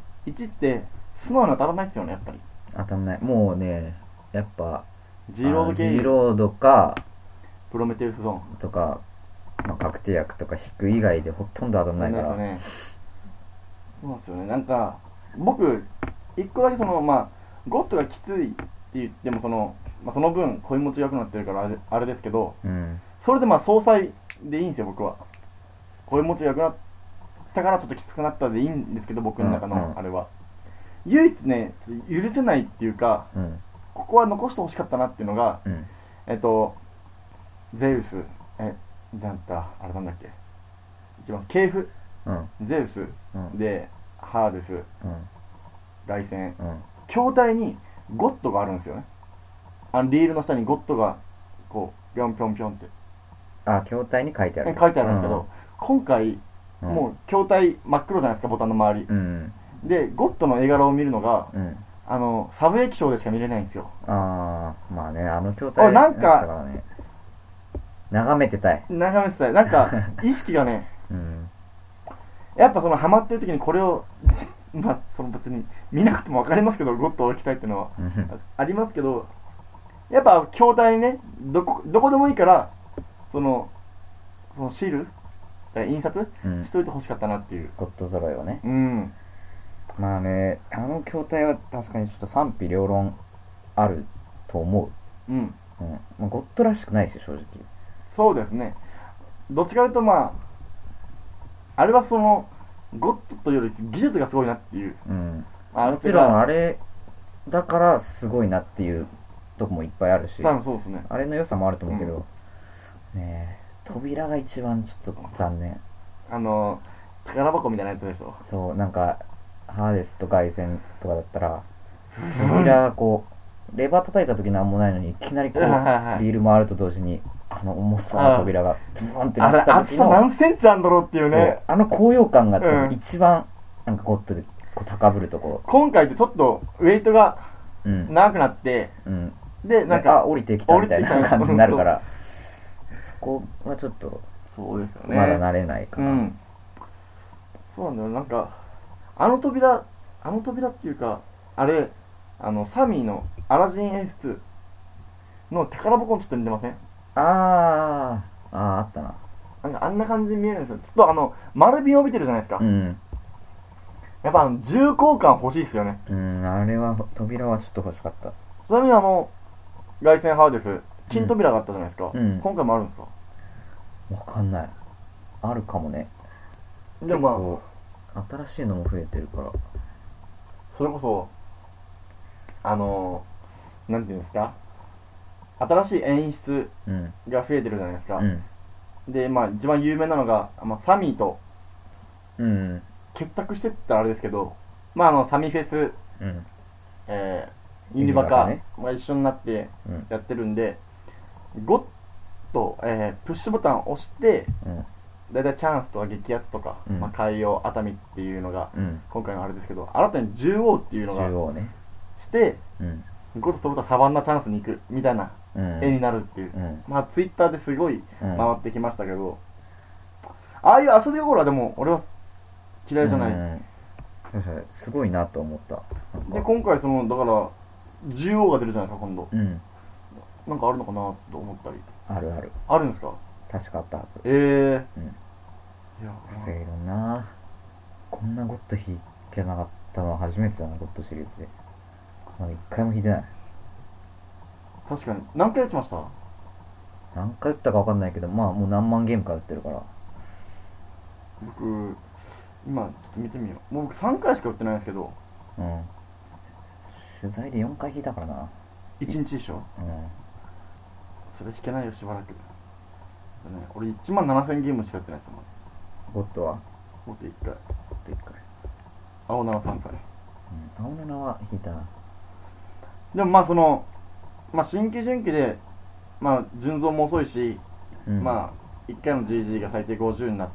1って素直に当たらないですよね。やっぱり当たんない。もうね、やっぱ G ロードかプロメテウスゾーンとか、確定薬とか引く以外でほとんど当たんないから。 そうなんですよね。なんか僕一個だけゴッドがきついって言ってもその分恋持ちが良くなってるからあれですけど、それで総裁でいいんですよ。僕は恋持ちが良くなったからちょっときつくなったでいいんですけど、僕の中のあれは、唯一ね許せないっていうか、ここは残してほしかったなっていうのが、ゼウスじゃんたあれなんだっけ、 一番系譜、 うん、 ゼウス、うん、でハーデス、うん、凱旋、うん、筐体にゴッドがあるんですよね。リールの下にゴッドがこうピョンピョンピョンって筐体に書いてある、 書いてあるんですけど、うん、今回、うん、もう筐体真っ黒じゃないですか、ボタンの周り、うん、でゴッドの絵柄を見るのが、うん、サブ液晶でしか見れないんですよ。 まあね、筐体なんか、 ね、眺めてたいなんか意識がね、うん、やっぱそのハマってる時にこれをまあその別に見なくても分かりますけど、ゴッドを置きたいっていうのはありますけど、やっぱ筐体にね、どこでもいいからそのシール印刷、うん、しといてほしかったなっていう、 ゴッド揃いをね。うん。まあね、筐体は確かにちょっと賛否両論あると思う。うん。うん。まあ、ゴッドらしくないですよ、正直。 そうですね。どっちかというとまああれはそのゴッドというより技術がすごいなっていう。うん。 もちろんあれだからすごいなっていうとこもいっぱいあるし。 多分そうですね。 あれの良さもあると思うけど、うん、ねえ。扉が一番ちょっと残念。 宝箱みたいなやつでしょ。 そう、なんかハーデスと凱旋とかだったら扉がこうレバー叩いた時なんもないのにいきなりこうリール回ると同時に重そうな扉がブワンってなった時の、 厚さ何センチあんだろうっていうね、 高揚感が一番なんかゴッドでこう高ぶるところ。 今回ってちょっとウェイトが長くなって、うん、でなんか降りてきたみたいな感じになるからそこはちょっとそうですよね、 まだ慣れないかな、うん、 そうなんだよ。なんか扉っていうか、あれサミーのアラジン演出の宝箱にちょっと似てません？ あったな。 なんかあんな感じに見えるんですよ。ちょっと丸みを帯びてるじゃないですか、うん、やっぱ重厚感欲しいですよね。 あれは扉はちょっと欲しかった。 ちなみに凱旋ハーデス金扉があったじゃないですか、うん、今回もあるんですか？ わかんない。あるかもね。 でも新しいのも増えてるから、 それこそなんていうんですか、新しい演出が増えてるじゃないですか、うん、でまあ一番有名なのが、サミーと結託してったらあれですけど、サミフェス、うん、ユニバカが一緒になってやってるんで、ゴッと、プッシュボタンを押して、だいたいチャンスとか激アツとか、海洋熱海っていうのが、今回のあれですけど、新たに縦横っていうのがして、ゴッと飛ぶとサバンナチャンスに行くみたいな絵になるっていう、ツイッターですごい回ってきましたけど、ああいう遊び心はでも俺は嫌いじゃない、 すごいなと思った。 で今回だから縦横が出るじゃないですか今度、なんかあるのかなと思ったり。あるんですか？ 確かあったはず。 いや防いるな。こんなゴッド引けなかったのは初めてだな、ゴッドシリーズで。まだ一回も引いてない。 確かに。何回打ちました？ 何回打ったか分かんないけど、もう何万ゲームか打ってるから。 僕今ちょっと見てみよう。もう僕3回しか打ってないんですけど、 取材で4回引いたからな。 1日でしょ。それ引けないよしばらく、ね、俺1万7000ゲームしかやってないですもん。 ゴッドはゴッド1回、青7、3回、 青7は引いたな。 でも新規準規で順増も遅いし、1回の GG が最低50になって、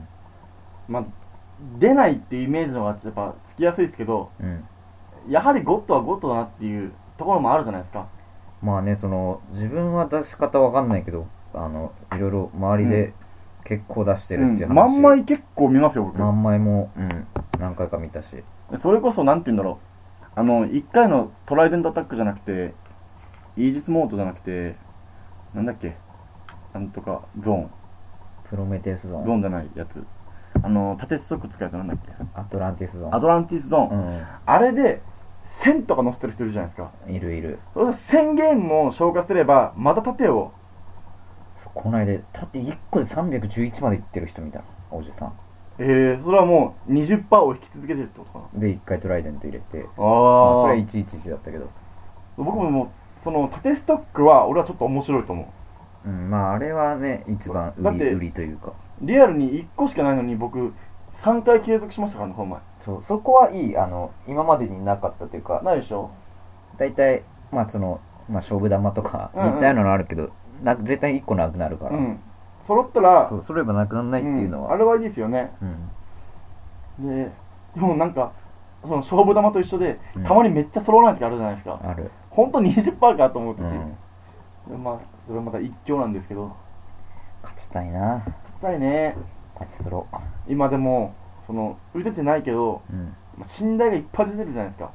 出ないっていうイメージの方がやっぱつきやすいですけど、やはりゴッドはゴッドだなっていうところもあるじゃないですか。 自分は出し方わかんないけど、いろいろ周りで結構出してるっていう話、 万枚結構見ますよ僕。 万枚も、何回か見たし、 それこそなんて言うんだろう、1回のトライデントアタックじゃなくて、イージスモードじゃなくて、なんだっけ、なんとかゾーン、 プロメテウスゾーン、 ゾーンじゃないやつ、縦ストック使うやつなんだっけ、 アトランティスゾーン、あれで1000とか載せてる人いるじゃないですか。 いる。 1000ゲームも消化すればまた縦を、 この間縦1個で311までいってる人見た、おじさん。 それはもう 20% を引き続けてるってことかな。 で1回トライデント入れて、それは111だったけど、 僕もその縦ストックは俺はちょっと面白いと思う。 あれはね一番売りというか。 リアルに1個しかないのに僕3回継続しましたからね、この前。 そこはいい、今までになかったというか、 ないでしょ。 大体勝負玉とか似たようなのあるけど、絶対1個なくなるから、 揃ったら揃えばなくならないっていうのは、 あれはいいですよね。でもなんかその勝負玉と一緒で、たまにめっちゃ揃わない時あるじゃないですか。 ある。 ほんと 20% かと思う時、まあそれはまた一興なんですけど、 勝ちたいな。 勝ちたいね。 パチスロ今でもその打ててないけど、信頼がいっぱい出てるじゃないですか。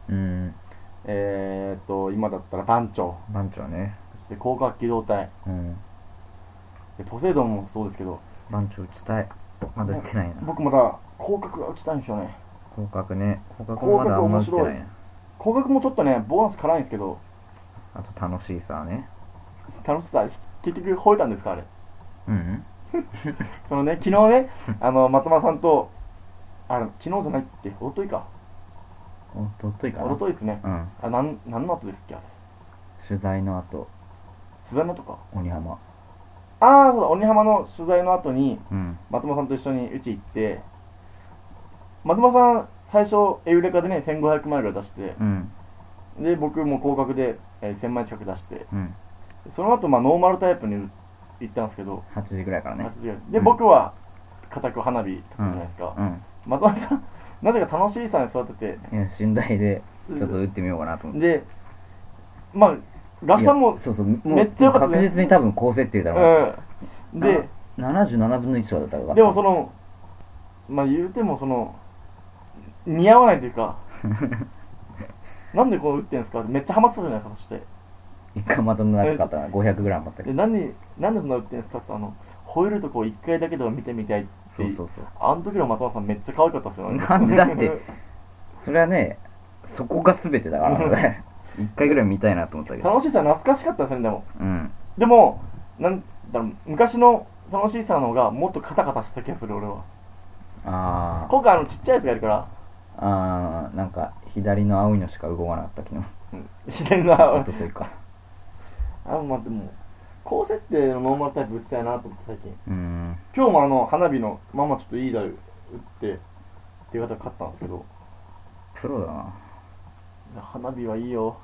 今だったら番長ね、 そして広角機動隊、でポセイドンもそうですけど、 番長打ちたい。まだ打ってないな。 僕まだ広角が打ちたいんですよね。 広角もまだあんま打ってないな。 広角もちょっとねボーナス辛いんですけど、 あと楽しいさね。 楽しさ結局吠えたんですかあれ。そのね、昨日ね松間さんと昨日じゃないっけ、おとといかですね。何の後ですっけあれ。 取材の後か。鬼浜。 そうだ、鬼浜の取材の後に、松間さんと一緒にうち行って、松間さん最初エウレカでね1500万円ぐらい出して、で僕も広角で、1000万円近く出して、その後ノーマルタイプに行ったんですけど、 8時ぐらいからね。 で、僕は固く花火立つじゃないですか。松間さんなぜか楽しいさに座ってて、 春大でちょっと打ってみようかなと思って。 で合算もめっちゃ良かったね。 確実に多分高設定だろう。で77分の1だったから。 でもその言うてもその似合わないというかなんでこう打ってんすかってめっちゃハマってたじゃないですか。そして一回またなかったな、500グラムあったけど、 なんでそんな打ってんすかって、吠えるとこ1回だけでも見てみたいって。あの時の松本さんめっちゃ可愛かったっすよね。 なんでだってそれはね、そこが全てだからね。1回ぐらい見たいなと思ったけど、 楽しさ懐かしかったですね。でもなんだろう、昔の楽しさの方がもっとカタカタした気がする俺は。今回ちっちゃいやつがいるから。 なんか左の青いのしか動かなかった昨日。 左の青いというか、 でも高設定のノーマルタイプ打ちたいなと思って最近。今日も花火のちょっといい台打ってっていう方が勝ったんですけど、 プロだな。 花火はいいよ。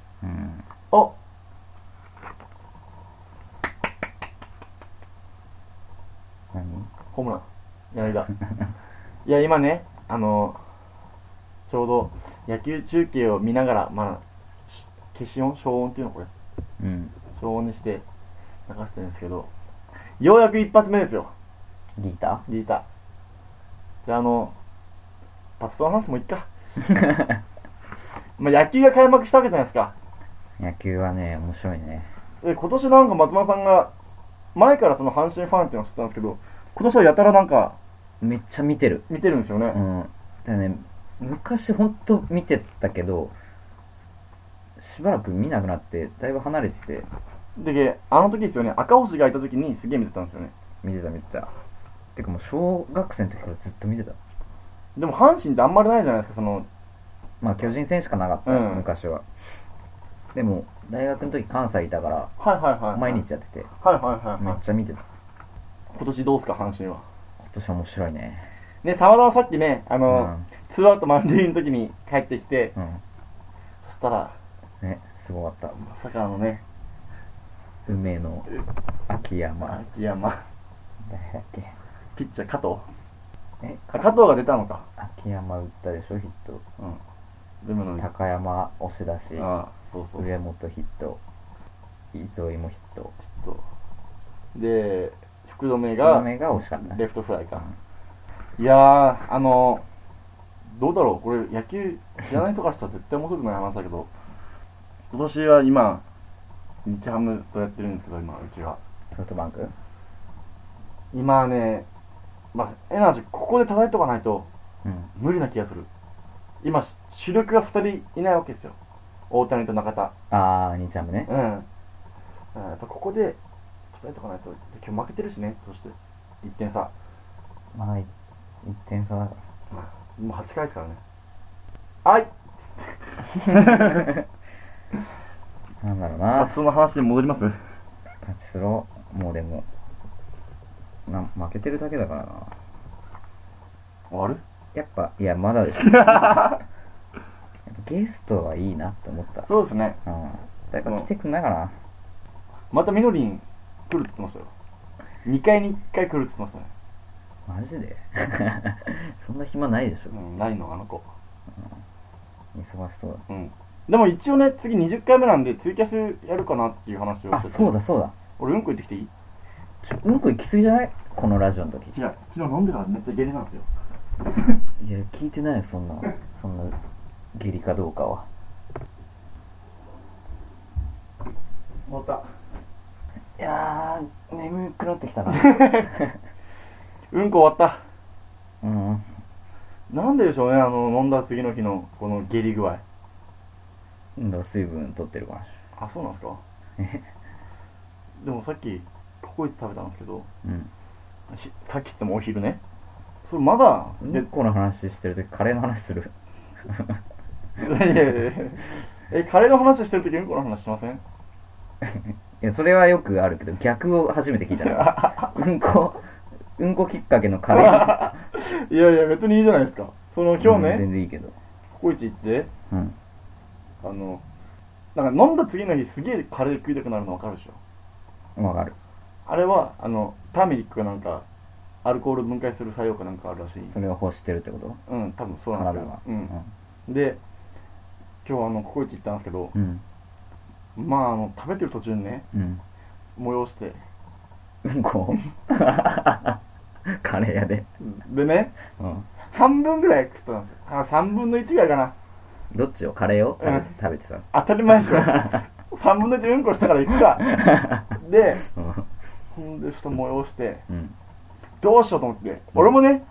何？ ホームラン柳田。いや今ねちょうど野球中継を見ながら消し音、消音っていうのこれ、消音にして流してるんですけど、ようやく一発目ですよ。 ギータじゃあパストの話もいっか。野球が開幕したわけじゃないですか。 野球はね面白いね。 で今年なんか松間さんが前からその阪神ファンっていうのを知ったんですけど、今年はやたらなんかめっちゃ見てるんですよね。 だね、昔ほんと見てたけどしばらく見なくなってだいぶ離れてて、 であの時ですよね、赤星がいた時にすげえ見てたんですよね。 見てたてかもう小学生の時からずっと見てた。 でも阪神ってあんまりないじゃないですか。 巨人戦しかなかった、昔は。でも大学の時関西いたから毎日やってて、めっちゃ見てた。 今年どうすか阪神は。 今年面白いね。 たまたまさっきねツーアウト満塁の時に帰ってきて、そしたらね、すごかった。 まさか梅野、秋山誰だっけ、 ピッチャー加藤加藤が出たのか。 秋山打ったでしょヒット。高山押し出し、上本ヒット、糸井もヒットで福留が惜しかったレフトフライか。いやーどうだろうこれ、野球知らない人からしたら絶対面白くない話だけど、今年は今日ハムとやってるんですけど、今うちはソフトバンク今ね、エナジーここで叩いとかないと無理な気がする。今主力が2人いないわけですよ、大谷と中田。 日ハムね。 やっぱここで叩いとかないと。今日負けてるしね。そして1点差、 1点差だから、 もう8回ですからね。はいなんだろうな、 パチスロの話に戻ります。 パチスロもうでも負けてるだけだからな。 終わる？ やっぱいやまだです。やっぱゲストはいいなって思った。 そうですね。 誰か来てくんないかな。 またみのりん来るって言ってましたよ。2回に1回来るって言ってましたね。 マジでそんな暇ないでしょ。 ないのあの子、 忙しそうだ。 でも一応ね、次20回目なんでツイキャスやるかなっていう話をしてて。 そうだ。 俺うんこ行ってきていい？ うんこ行き過ぎじゃない？このラジオの時。 違う、昨日飲んでからめっちゃ下痢なんですよ。 いや聞いてないよ、そんな下痢かどうかは。 終わった。 いやー眠くなってきたなうんこ終わった。 なんででしょうね、飲んだ次の日のこの下痢具合。 水分取ってるかもしれない。そうなんですかでもさっきココイチ食べたんですけど、さっき言ってもお昼ね、それまだうんこの話してるときカレーの話するカレーの話してるときうんこの話しません？ いやそれはよくあるけど、逆を初めて聞いたなうんこきっかけのカレーいや別にいいじゃないですか。今日ね、 全然いいけど、 ココイチ行って、なんか飲んだ次の日すげえカレー食いたくなるの分かるでしょ。分かる。あれはターメリックがなんかアルコール分解する作用かなんかあるらしい。 それを欲してるってこと？ 多分そうなんですけど、で今日ココイチ行ったんですけど、まあ食べてる途中にね、催してうんこカレー屋でね、半分ぐらい食ったんですよ。3分の1ぐらいかな。 どっちを？カレーを食べてた。 当たり前でしょ3分の1うんこしたから行くかで、ほんでちょっと催して、どうしようと思って、俺もね、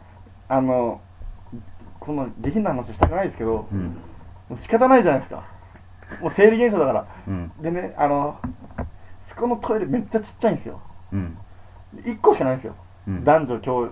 この下品な話したくないですけど、もう仕方ないじゃないですか。もう生理現象だから、でね、そこのトイレめっちゃちっちゃいんですよ。1個しかないんですよ、男女共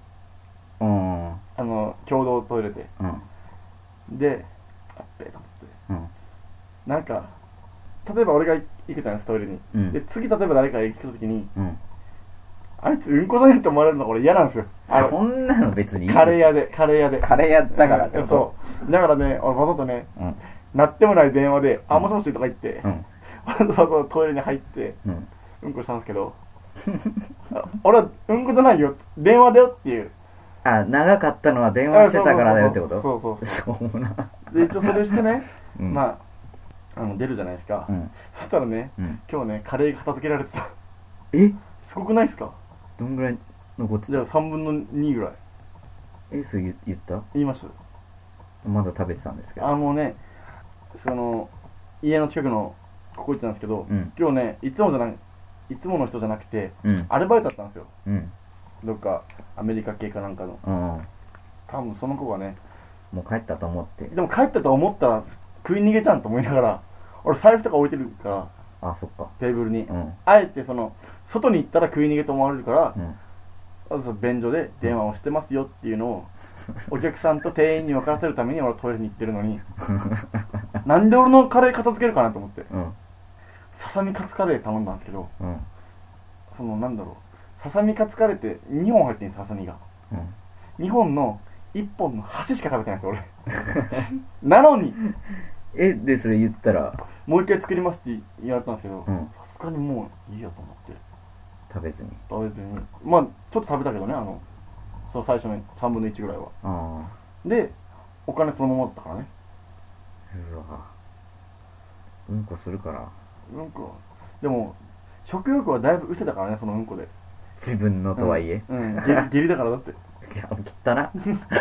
同トイレで、で、あっべえと思って、なんか例えば俺が行くじゃないですか、トイレに、で次例えば誰かが行くときに、あいつうんこじゃねえって思われるのが俺嫌なんですよ。 そんなの別にいい。 カレー屋でカレー屋だからってこと？ そうだからね、俺わざとね、鳴ってもない電話で、もしもしとか言って、わざとトイレに入ってうんこしたんですけど俺はうんこじゃないよ、電話だよっていう。 長かったのは電話してたからだよってこと？ そうしょうもな。 で一応それしてね、まあ出るじゃないですか。そしたらね、今日ねカレーが片付けられてた。すごくないですか？ どんぐらい残ってた？ じゃあ3分の2ぐらい。 それ言った？ 言います。 まだ食べてたんですけど。 もうね、家の近くのココイチなんですけど、今日ね、いつもの人じゃなくて、アルバイトだったんですよ。どっかアメリカ系かなんかの。多分その子がね、 もう帰ったと思って。 でも帰ったと思ったら食い逃げちゃんと思いながら、俺財布とか置いてるから、 そっか、 テーブルに、あえて外に行ったら食い逃げと思われるから、便所で電話をしてますよっていうのをお客さんと店員に分からせるために俺はトイレに行ってるのになんで俺のカレー片付けるかなと思って、ささみカツカレー頼んだんですけど、なんだろう、ささみカツカレーって2本入ってるんです、ささみが、2本の1本の端しか食べてないんですよ俺なのにでそれ言ったらもう一回作りますって言われたんですけど、さすがにもういいやと思って食べずにまあちょっと食べたけどね、その最初の3分の1ぐらいは。でお金そのままだったからね。 うわ、うんこするから。 でも食欲はだいぶ失せたからね、そのうんこで。 自分のとはいえ、 下痢だからだって。 いや、切ったな。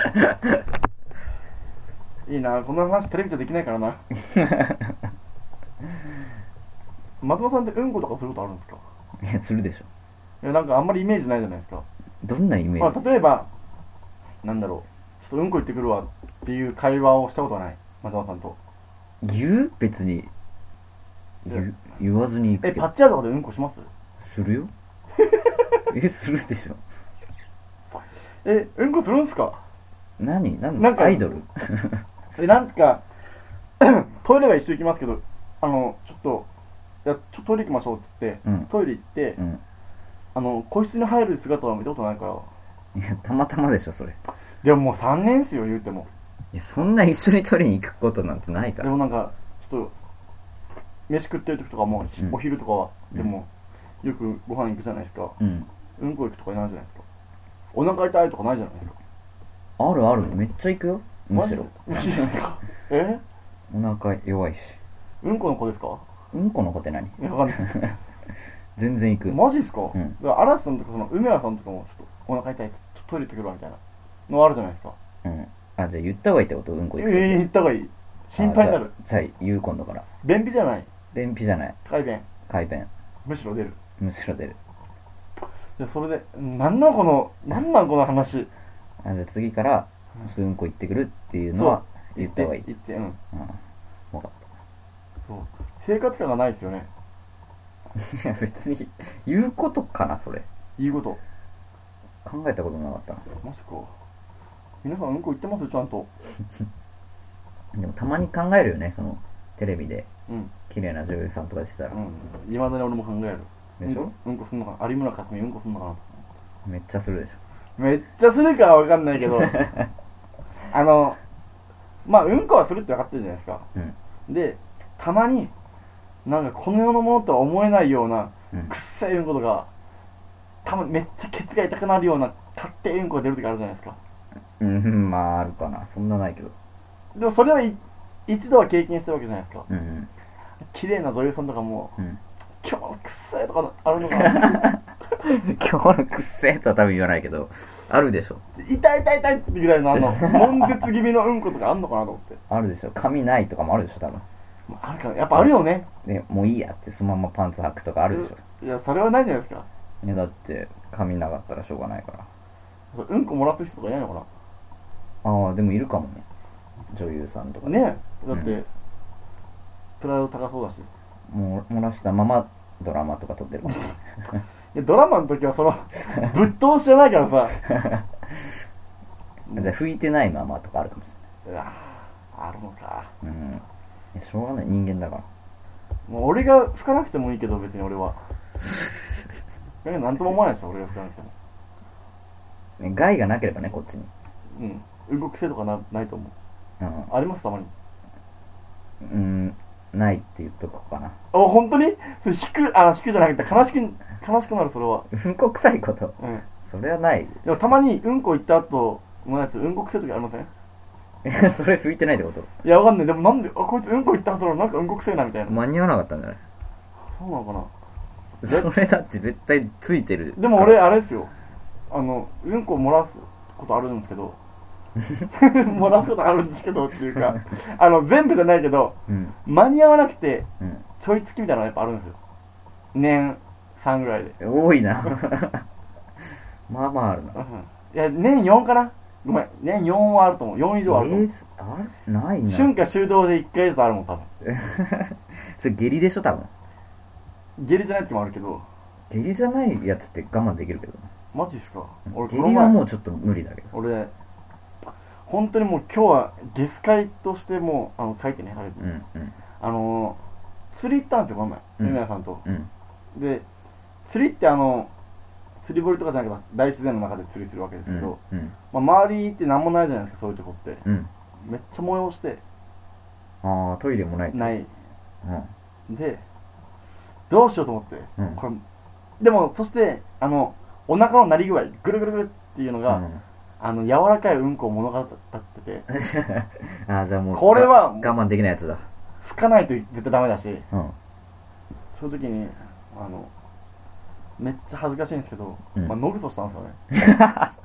いいな、この話テレビじゃできないからな。松本さんってうんことかすることあるんですか？ いや、するでしょ。 いや、なんかあんまりイメージないじゃないですか。 どんなイメージ？ 例えばなんだろう、ちょっとうんこ行ってくるわっていう会話をしたことはない、松本さんと。 別に言わずに行くけど。 パッチワードとかでうんこします？ するよ。するでしょ。 うんこするんすか？ なんかアイドル？ なんかトイレは一緒行きますけど、ちょっとトイレ行きましょうっつって、トイレ行って、 個室に入る姿は見たことないから。 いやたまたまでしょそれ。 でももう3年っすよ言うても。 いやそんな一緒に取りに行くことなんてないから。 でもなんかちょっと飯食ってる時とかも、お昼とかは、でもよくご飯行くじゃないですか。うんこ行くとかになるじゃないですか。お腹痛いとかないじゃないですか。 あるある、めっちゃ行くよ。むしろ。 マジですか？ お腹弱いし。 うんこの子ですか？ うんこの子って何？ わかんない。 全然行く。 マジですか？だから嵐さんとか梅原さんとかもちょっとお腹痛いっつってトイレ行ってくるわみたいなのあるじゃないですか。 あ、じゃあ言った方がいいってこと？うんこ行く。 言った方がいい。心配になる。 じゃあ言う今度から。 便秘じゃない。 便秘じゃない。 快便。むしろ出る。じゃあそれでなんなんこの話。 じゃあ次からうんこ行ってくるっていうのは言った方がいい。 言って分かった。 そう生活感がないですよね。 いや別に言うことかなそれ。 言うこと考えたことなかったな。 マジか。皆さんうんこ言ってますよちゃんと。 でもたまに考えるよね、そのテレビで綺麗な女優さんとか出てたら。 いまだに俺も考えるでしょ。 うんこすんのかな、有村架純うんこすんのかなと。 めっちゃするでしょ。 めっちゃするかは分かんないけどまあうんこはするって分かってるじゃないですか。でたまになんかこの世のものとは思えないようなくっさいうんことか、たまにめっちゃケツが痛くなるような勝手うんこが出る時あるじゃないですか。 まああるかな。そんなないけど。でもそれは一度は経験してるわけじゃないですか。綺麗な女優さんとかも、今日のくっさいとかあるのかな。 今日のくっせえとは多分言わないけどあるでしょ。 痛いってぐらいの悶絶気味のうんことかあんのかなと思って。 あるでしょ。髪ないとかもあるでしょ多分。 あるかな。やっぱあるよね。 もういいやってそのままパンツ履くとかあるでしょ。 いやそれはないじゃないですか。 いやだって髪なかったらしょうがないから。 うんこ漏らす人とかいないのかな。でもいるかもね、女優さんとかね。だって、プライド高そうだし。 もう漏らしたままドラマとか撮ってるかも。 ドラマの時はそのぶっ通しじゃないからさ。 じゃあ拭いてないままとかあるかもしれない。 あるのか。 しょうがない、人間だから。 もう俺が拭かなくてもいいけど、別に俺はなんとも思わないでしょ、俺が拭かなくても。害がなければね、こっちに。 動く癖とかないと思う。ありますたまに。 ないって言っとこうかな。 本当にそれ引くじゃなくて悲しくなる。それはうんこ臭いこと。それはない。 でもたまにうんこ行った後のやつうんこ臭い時ありません？ それ拭いてないってこと？ いやわかんない。でもなんでこいつうんこ行ったはずなのなんかうんこ臭いなみたいな。 間に合わなかったんじゃない？ そうなのかな。 それだって絶対ついてる。 でも俺あれですよ、うんこ漏らすことあるんですけど漏らすことあるんですけどっていうか全部じゃないけど、間に合わなくて、ちょいつきみたいなのがやっぱあるんですよ。年3ぐらいで。 多いな。まあまああるな。 いや年4かな。ごめん、年4はあると思う。4以上あると思う。 ないな。 春夏秋冬で1回ずつあるもん多分。 それ下痢でしょ多分。 下痢じゃない時もあるけど。 下痢じゃないやつって我慢できるけど。 マジっすか？ 俺下痢はもうちょっと無理だけど。 俺本当にもう今日はゲス会としてもう書いてね、あれ、釣り行ったんですよこの前、梅谷さんと。で釣りって釣り堀とかじゃなくて大自然の中で釣りするわけですけど、周りって何もないじゃないですか、そういうとこって。めっちゃ催して。 トイレもない。 でどうしようと思って、これでもそしてお腹の鳴り具合ぐるぐるぐるっていうのが、柔らかいうんこを物語っててじゃあもうこれは我慢できないやつだ。 拭かないと絶対ダメだし、そういう時にめっちゃ恥ずかしいんですけど、野ぐそしたんですよね。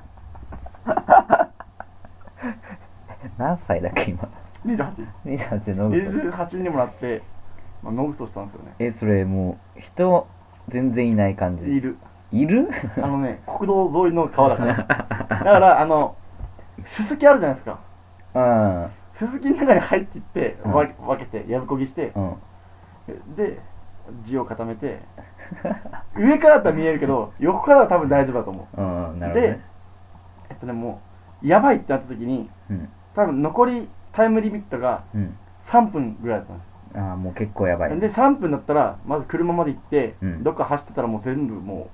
何歳だっけ今？ 28 野ぐそ。 28にもなって野ぐそしたんですよね。 それもう人全然いない感じ？いる国道沿いの川だからだからすすきあるじゃないですか。すすきの中に入っていって、分けてやぶこぎして、で地を固めて上からだったら見えるけど横からは多分大丈夫だと思う。でもうやばいってなった時に、多分残りタイムリミットが3分ぐらいだったんです。 もう結構やばい。 で3分だったらまず車まで行って、どっか走ってたらもう全部もう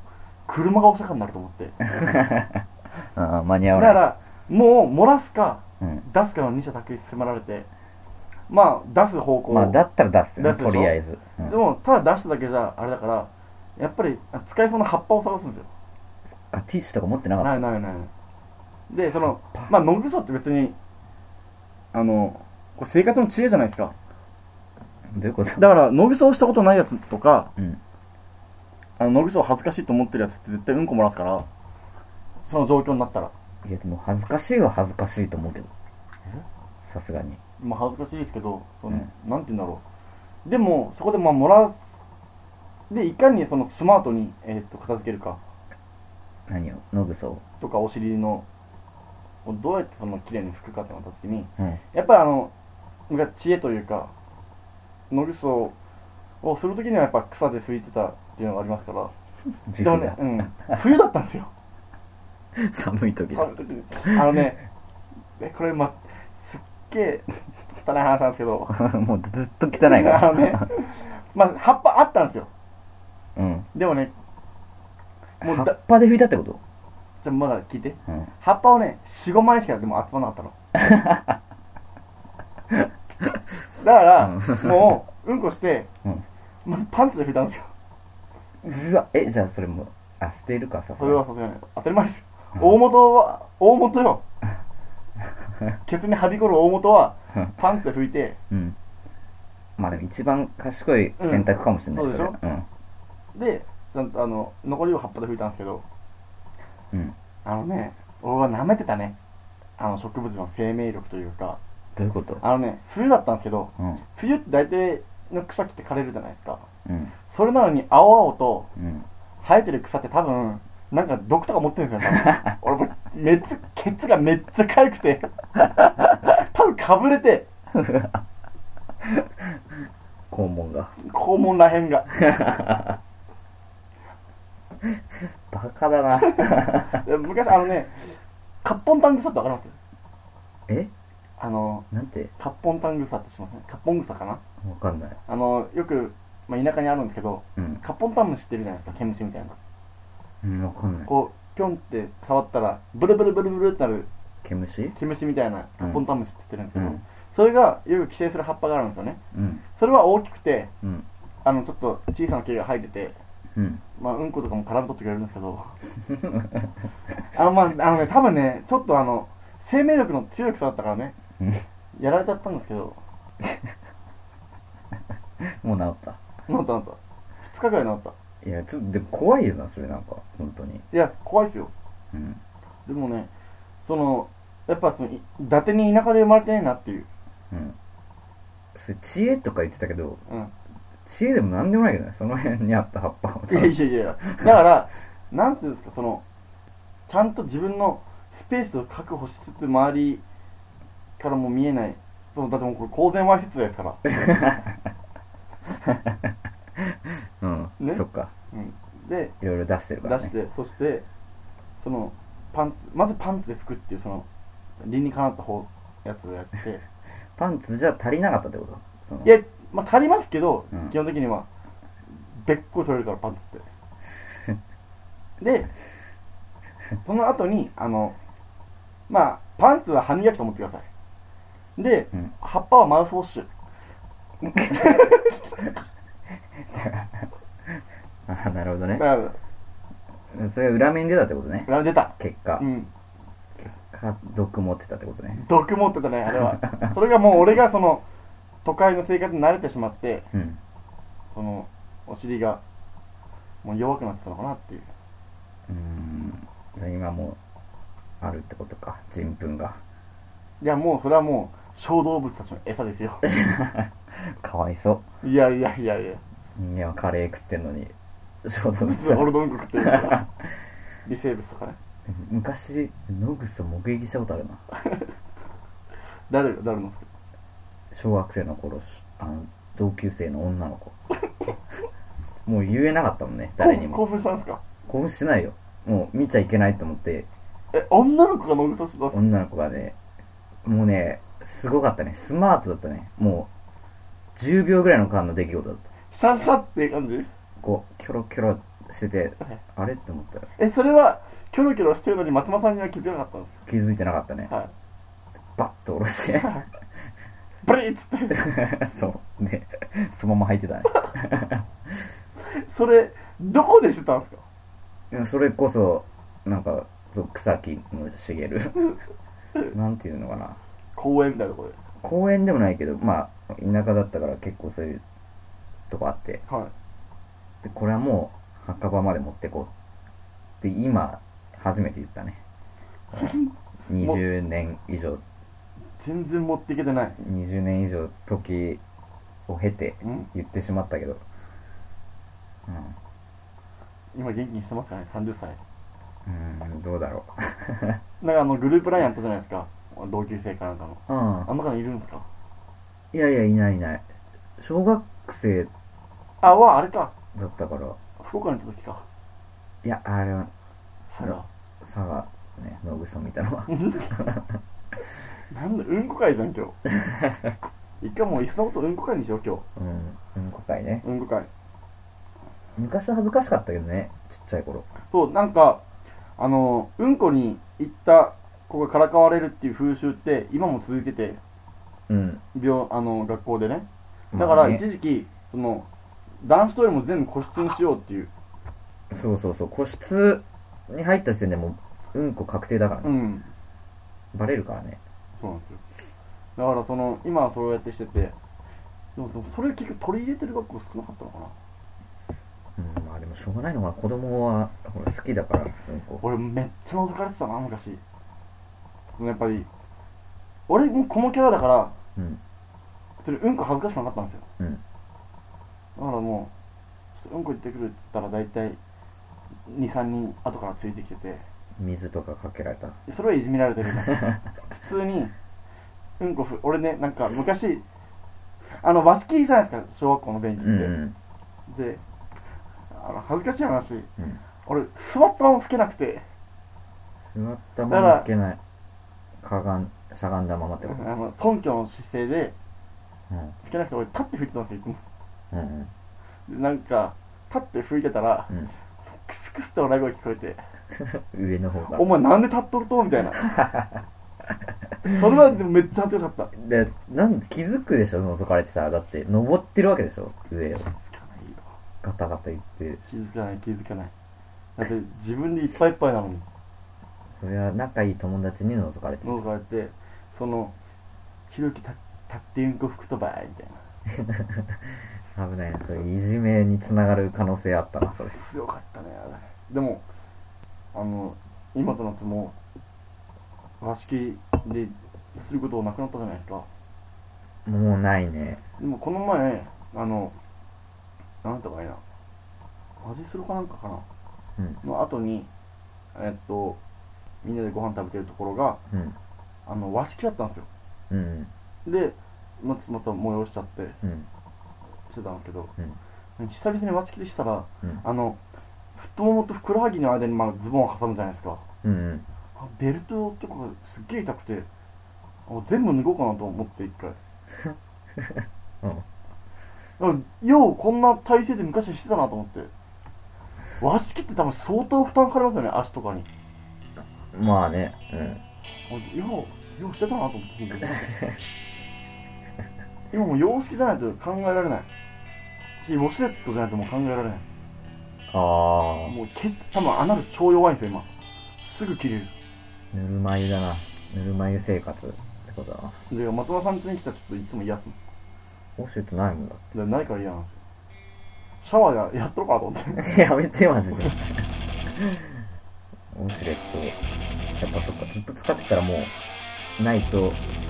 車がお釈迦になると思ってああ間に合わない。 だからもう漏らすか、 うん、 出すかの二者択一迫られて、まあ出す方向、 まあだったら出すよね、とりあえず、 でもただ出しただけじゃあれだから、やっぱり使えそうな葉っぱを探すんですよ。 あ、ティッシュとか持ってなかった？ ないで、そのまあ野ぐそって別にこれ生活の知恵じゃないですか。 どういうこと？ だから野ぐそをしたことないやつとか、 うん、 野ぐそを恥ずかしいと思ってるやつって絶対うんこ漏らすから、その状況になったら。 いやでも恥ずかしいは恥ずかしいと思うけど、さすがに。 まあ恥ずかしいですけど、なんて言うんだろう。でもそこでまあ漏らすで、いかにそのスマートに、片付けるか。 何を？野ぐそとかお尻のどうやってその綺麗に拭くかってなった時に、 うん、 やっぱり知恵というか、野ぐそをする時にはやっぱ草で拭いてたっていうのがありますから。でもね、冬だったんですよ寒い時だ。 寒い時にこれすっげえ汚い話なんですけどもうずっと汚いからまあ葉っぱあったんですよ。 うん。 でもね、 もう葉っぱで拭いたってこと？ じゃあまだ聞いて、 うん、 葉っぱをね 4,5 枚しかでも集まなかったのだから、もううんこして、まずパンツで拭いたんですよ。 うわ、じゃあそれも捨てるか。さそれはさすがに当たり前ですよ、大元よケツにはびこる大元はパンツで拭いて、 まあでも一番賢い選択かもしれない。 そうでしょ。でちゃんと残りを葉っぱで拭いたんですけど、俺は舐めてたね、植物の生命力というか。 どういうこと？ 冬だったんですけど、冬って大体の草木って枯れるじゃないですか。それなのに青々と生えてる草って多分なんか毒とか持ってるんですよ俺もケツがめっちゃ痒くて多分かぶれて肛門らへんがバカだな昔カッポンタン草ってわかります？ なんて？ カッポンタン草って知ってますね。カッポン草かな？ わかんない。 よく、田舎にあるんですけど、カッポンタン虫っているじゃないですか、毛虫みたいな。 わかんない。 こうピョンって触ったらブルブルブルブルってなる毛虫みたいなカッポンタン虫って言ってるんですけど、それがよく寄生する葉っぱがあるんですよね。それは大きくて、ちょっと小さな毛が生えてて、うんことかも絡めとってくれるんですけど多分ね、ちょっと生命力の強い草だったからねやられちゃったんですけどもう治った。 2日ぐらい治った。 いやちょっとでも怖いよな、それ。なんか本当に。 いや怖いっすよ。でもね、やっぱ伊達に田舎で生まれてないなっていう。 それ知恵とか言ってたけど、知恵でもなんでもないけどね、その辺にあった葉っぱを。 いやだからなんていうんですか、ちゃんと自分のスペースを確保しつつ周りからも見えない、だってもうこれ公然わいせつ罪ですからそっか。 でいろいろ出してるからね。 そしてまずパンツで拭くっていう理にかなったやつをやってパンツじゃ足りなかったってこと？ いや、足りますけど、基本的にはべっこり取れるからパンツってでその後にパンツは歯磨きと思ってください。で、葉っぱはマウスウォッシュなるほどね。それは裏目に出たってことね。 裏目出た。 結果毒持ってたってことね。 毒持ってたね、あれはそれがもう俺が都会の生活に慣れてしまって、お尻がもう弱くなってたのかなっていう。 じゃあ今もあるってことか、人糞が。 いやもうそれはもう小動物たちの餌ですよかわいそう。 いや人間はカレー食ってんのに小動物オルドンコ食ってるから微生物とかね。 昔野ぐそ目撃したことあるな誰のですか？ 小学生の頃、同級生の女の子もう言えなかったもんね、誰にも。 興奮したんですか？ 興奮してないよ、もう見ちゃいけないと思って。 女の子が野ぐそしてたんですか？ 女の子がね、もうね、すごかったね。スマートだったね。もう10秒ぐらいの間の出来事だった。 シャンシャっていう感じ？ こうキョロキョロしててあれって思ったらそれはキョロキョロしてるのに松間さんには気づかなかったんですか？ 気づいてなかったね。バッと下ろしてブリッつってそうね、そのまま履いてたねそれどこでしてたんですか？ いやそれこそなんか草木の茂るなんていうのかな、 公園みたいなところで。 公園でもないけど、まあ田舎だったから結構そういうとこあって、でこれはもう墓場まで持ってこうって今初めて言ったね20年以上全然持っていけてない。 20年以上時を経て言ってしまったけど、 今元気にしてますかね、30歳。 どうだろうなんかグループラインあったじゃないですか、同級生かなんかの。あの中にいるんですか？ いやいないいない。小学生あれかだったから。 福岡に行った時か。 いやあれは佐賀ね、野草見たのはなんだうんこ会じゃん今日一回もういっそのことうんこ会にしよう今日。 うんこ会ね。 うんこ会昔は恥ずかしかったけどね、ちっちゃい頃。 そうなんかうんこに行った子がからかわれるっていう風習って今も続いてて、学校でね。だから一時期その男子トイレも全部個室にしようっていう。 そう個室に入った時点でもううんこ確定だからね。バレるからね。 そうなんですよ。だから今はそうやってしてて、でもそれ結局取り入れてる学校少なかったのかな。 まあでもしょうがないのかな、子供はほら好きだからうんこ。 俺めっちゃ覗かれてたな昔。やっぱり俺もこのキャラだから、それうんこ恥ずかしくなかったんですよ。だからもうちょっとうんこ行ってくるって言ったら大体 2,3 人後からついてきてて、 水とかかけられた。 それはいじめられてる普通にうんこ俺ね、なんか昔和式じゃないですか、小学校のベンチって、で恥ずかしい話、俺座ったまま拭けなくて。 座ったまま拭けない、しゃがんだままってこと？ 尊虚の姿勢で拭けなくて、俺立って拭いてたんですよいつも。でなんか立って拭いてたら、クスクスって笑い声聞こえて上の方が、 お前なんで立っとるとみたいなそれはでもめっちゃ恥ずかしかった。 で気づくでしょ、覗かれてたら。だって登ってるわけでしょ、上を。 気づかないよ、 ガタガタ言って。 気づかない。だって自分でいっぱいいっぱいなのに。 それは仲いい友達に覗かれてる。 覗かれて、ひろゆき立ってうんこ拭くとばいみたいな危ないな、それいじめにつながる可能性あったな、それ。 強かったねあれ。でも今となっても和式ですることなくなったじゃないですか。 もうないね。 でもこの前なんとかいな味するかなんかかな、の後にみんなでご飯食べてるところが、和式だったんですよ。でまた催しちゃって、してたんですけど、久々に和式でしたら、太ももとふくらはぎの間にズボンを挟むじゃないですか。ベルトとかがすっげえ痛くて、全部脱ごうかなと思って一回ようこんな体勢で昔してたなと思って。和式って多分相当負担かかりますよね、足とかに。 まあね、 ようしてたなと思って今もう洋式じゃないと考えられないし、ウォシュレットじゃないともう考えられない。もう多分アナル超弱いんですよ今。すぐ切れる。 ぬるま湯だな。ぬるま湯生活ってことだな。 で的場さん家に来たらちょっといつも癒すの。 ウォシュレットないもんだって。 ないから嫌なんですよ。シャワーやっとるかと思ってやめてマジでウォシュレットやっぱそっか、ずっと使ってたらもうないと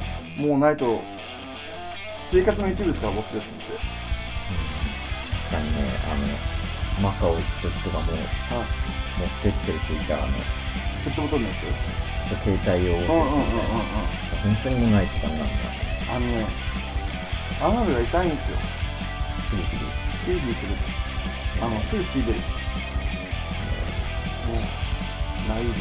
生活の一部ですから、ウォシュレットって。 確かにね、マカオ行く時とかも持ってってる人いたらね、 ペットボトルのやつ。 携帯用ウォシュレットみたいな、本当にもうないとダメなんだ。 アナルが痛いんですよ。 ヒリヒリする。すぐついてる。もうないの。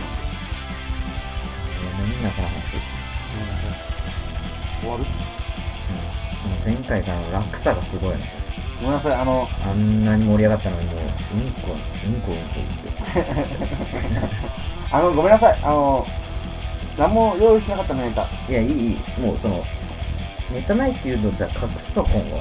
何だこの話。 終わる？ 前回からの落差がすごいね。 ごめんなさい、 あんなに盛り上がったのにもう、うんこ言って。 ごめんなさい、何も用意しなかったネタ。 いや、いい、もうネタないっていうのじゃ隠すと今後。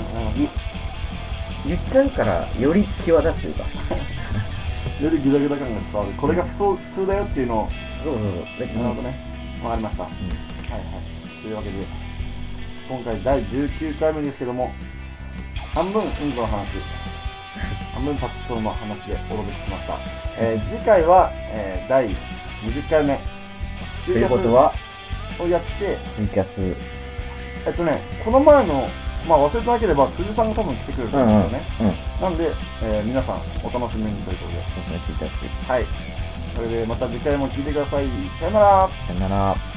言っちゃうから、より際立つというか。 よりグダグダ感が伝わる。これが普通だよっていうのを。 そう、別に。 なるほどね。わかりました。はいはい。というわけで、今回第19回目ですけども、半分うんこの話、半分パチスロの話でお届けしました。次回は、第20回目。 ということは、 をやって、 ツイキャス。 この前の、忘れてなければ辻さんが多分来てくれると思うんですよね。なんで、皆さんお楽しみにということで。 そうですね、 はい。それでまた次回も聞いてください。さよなら。 さよなら。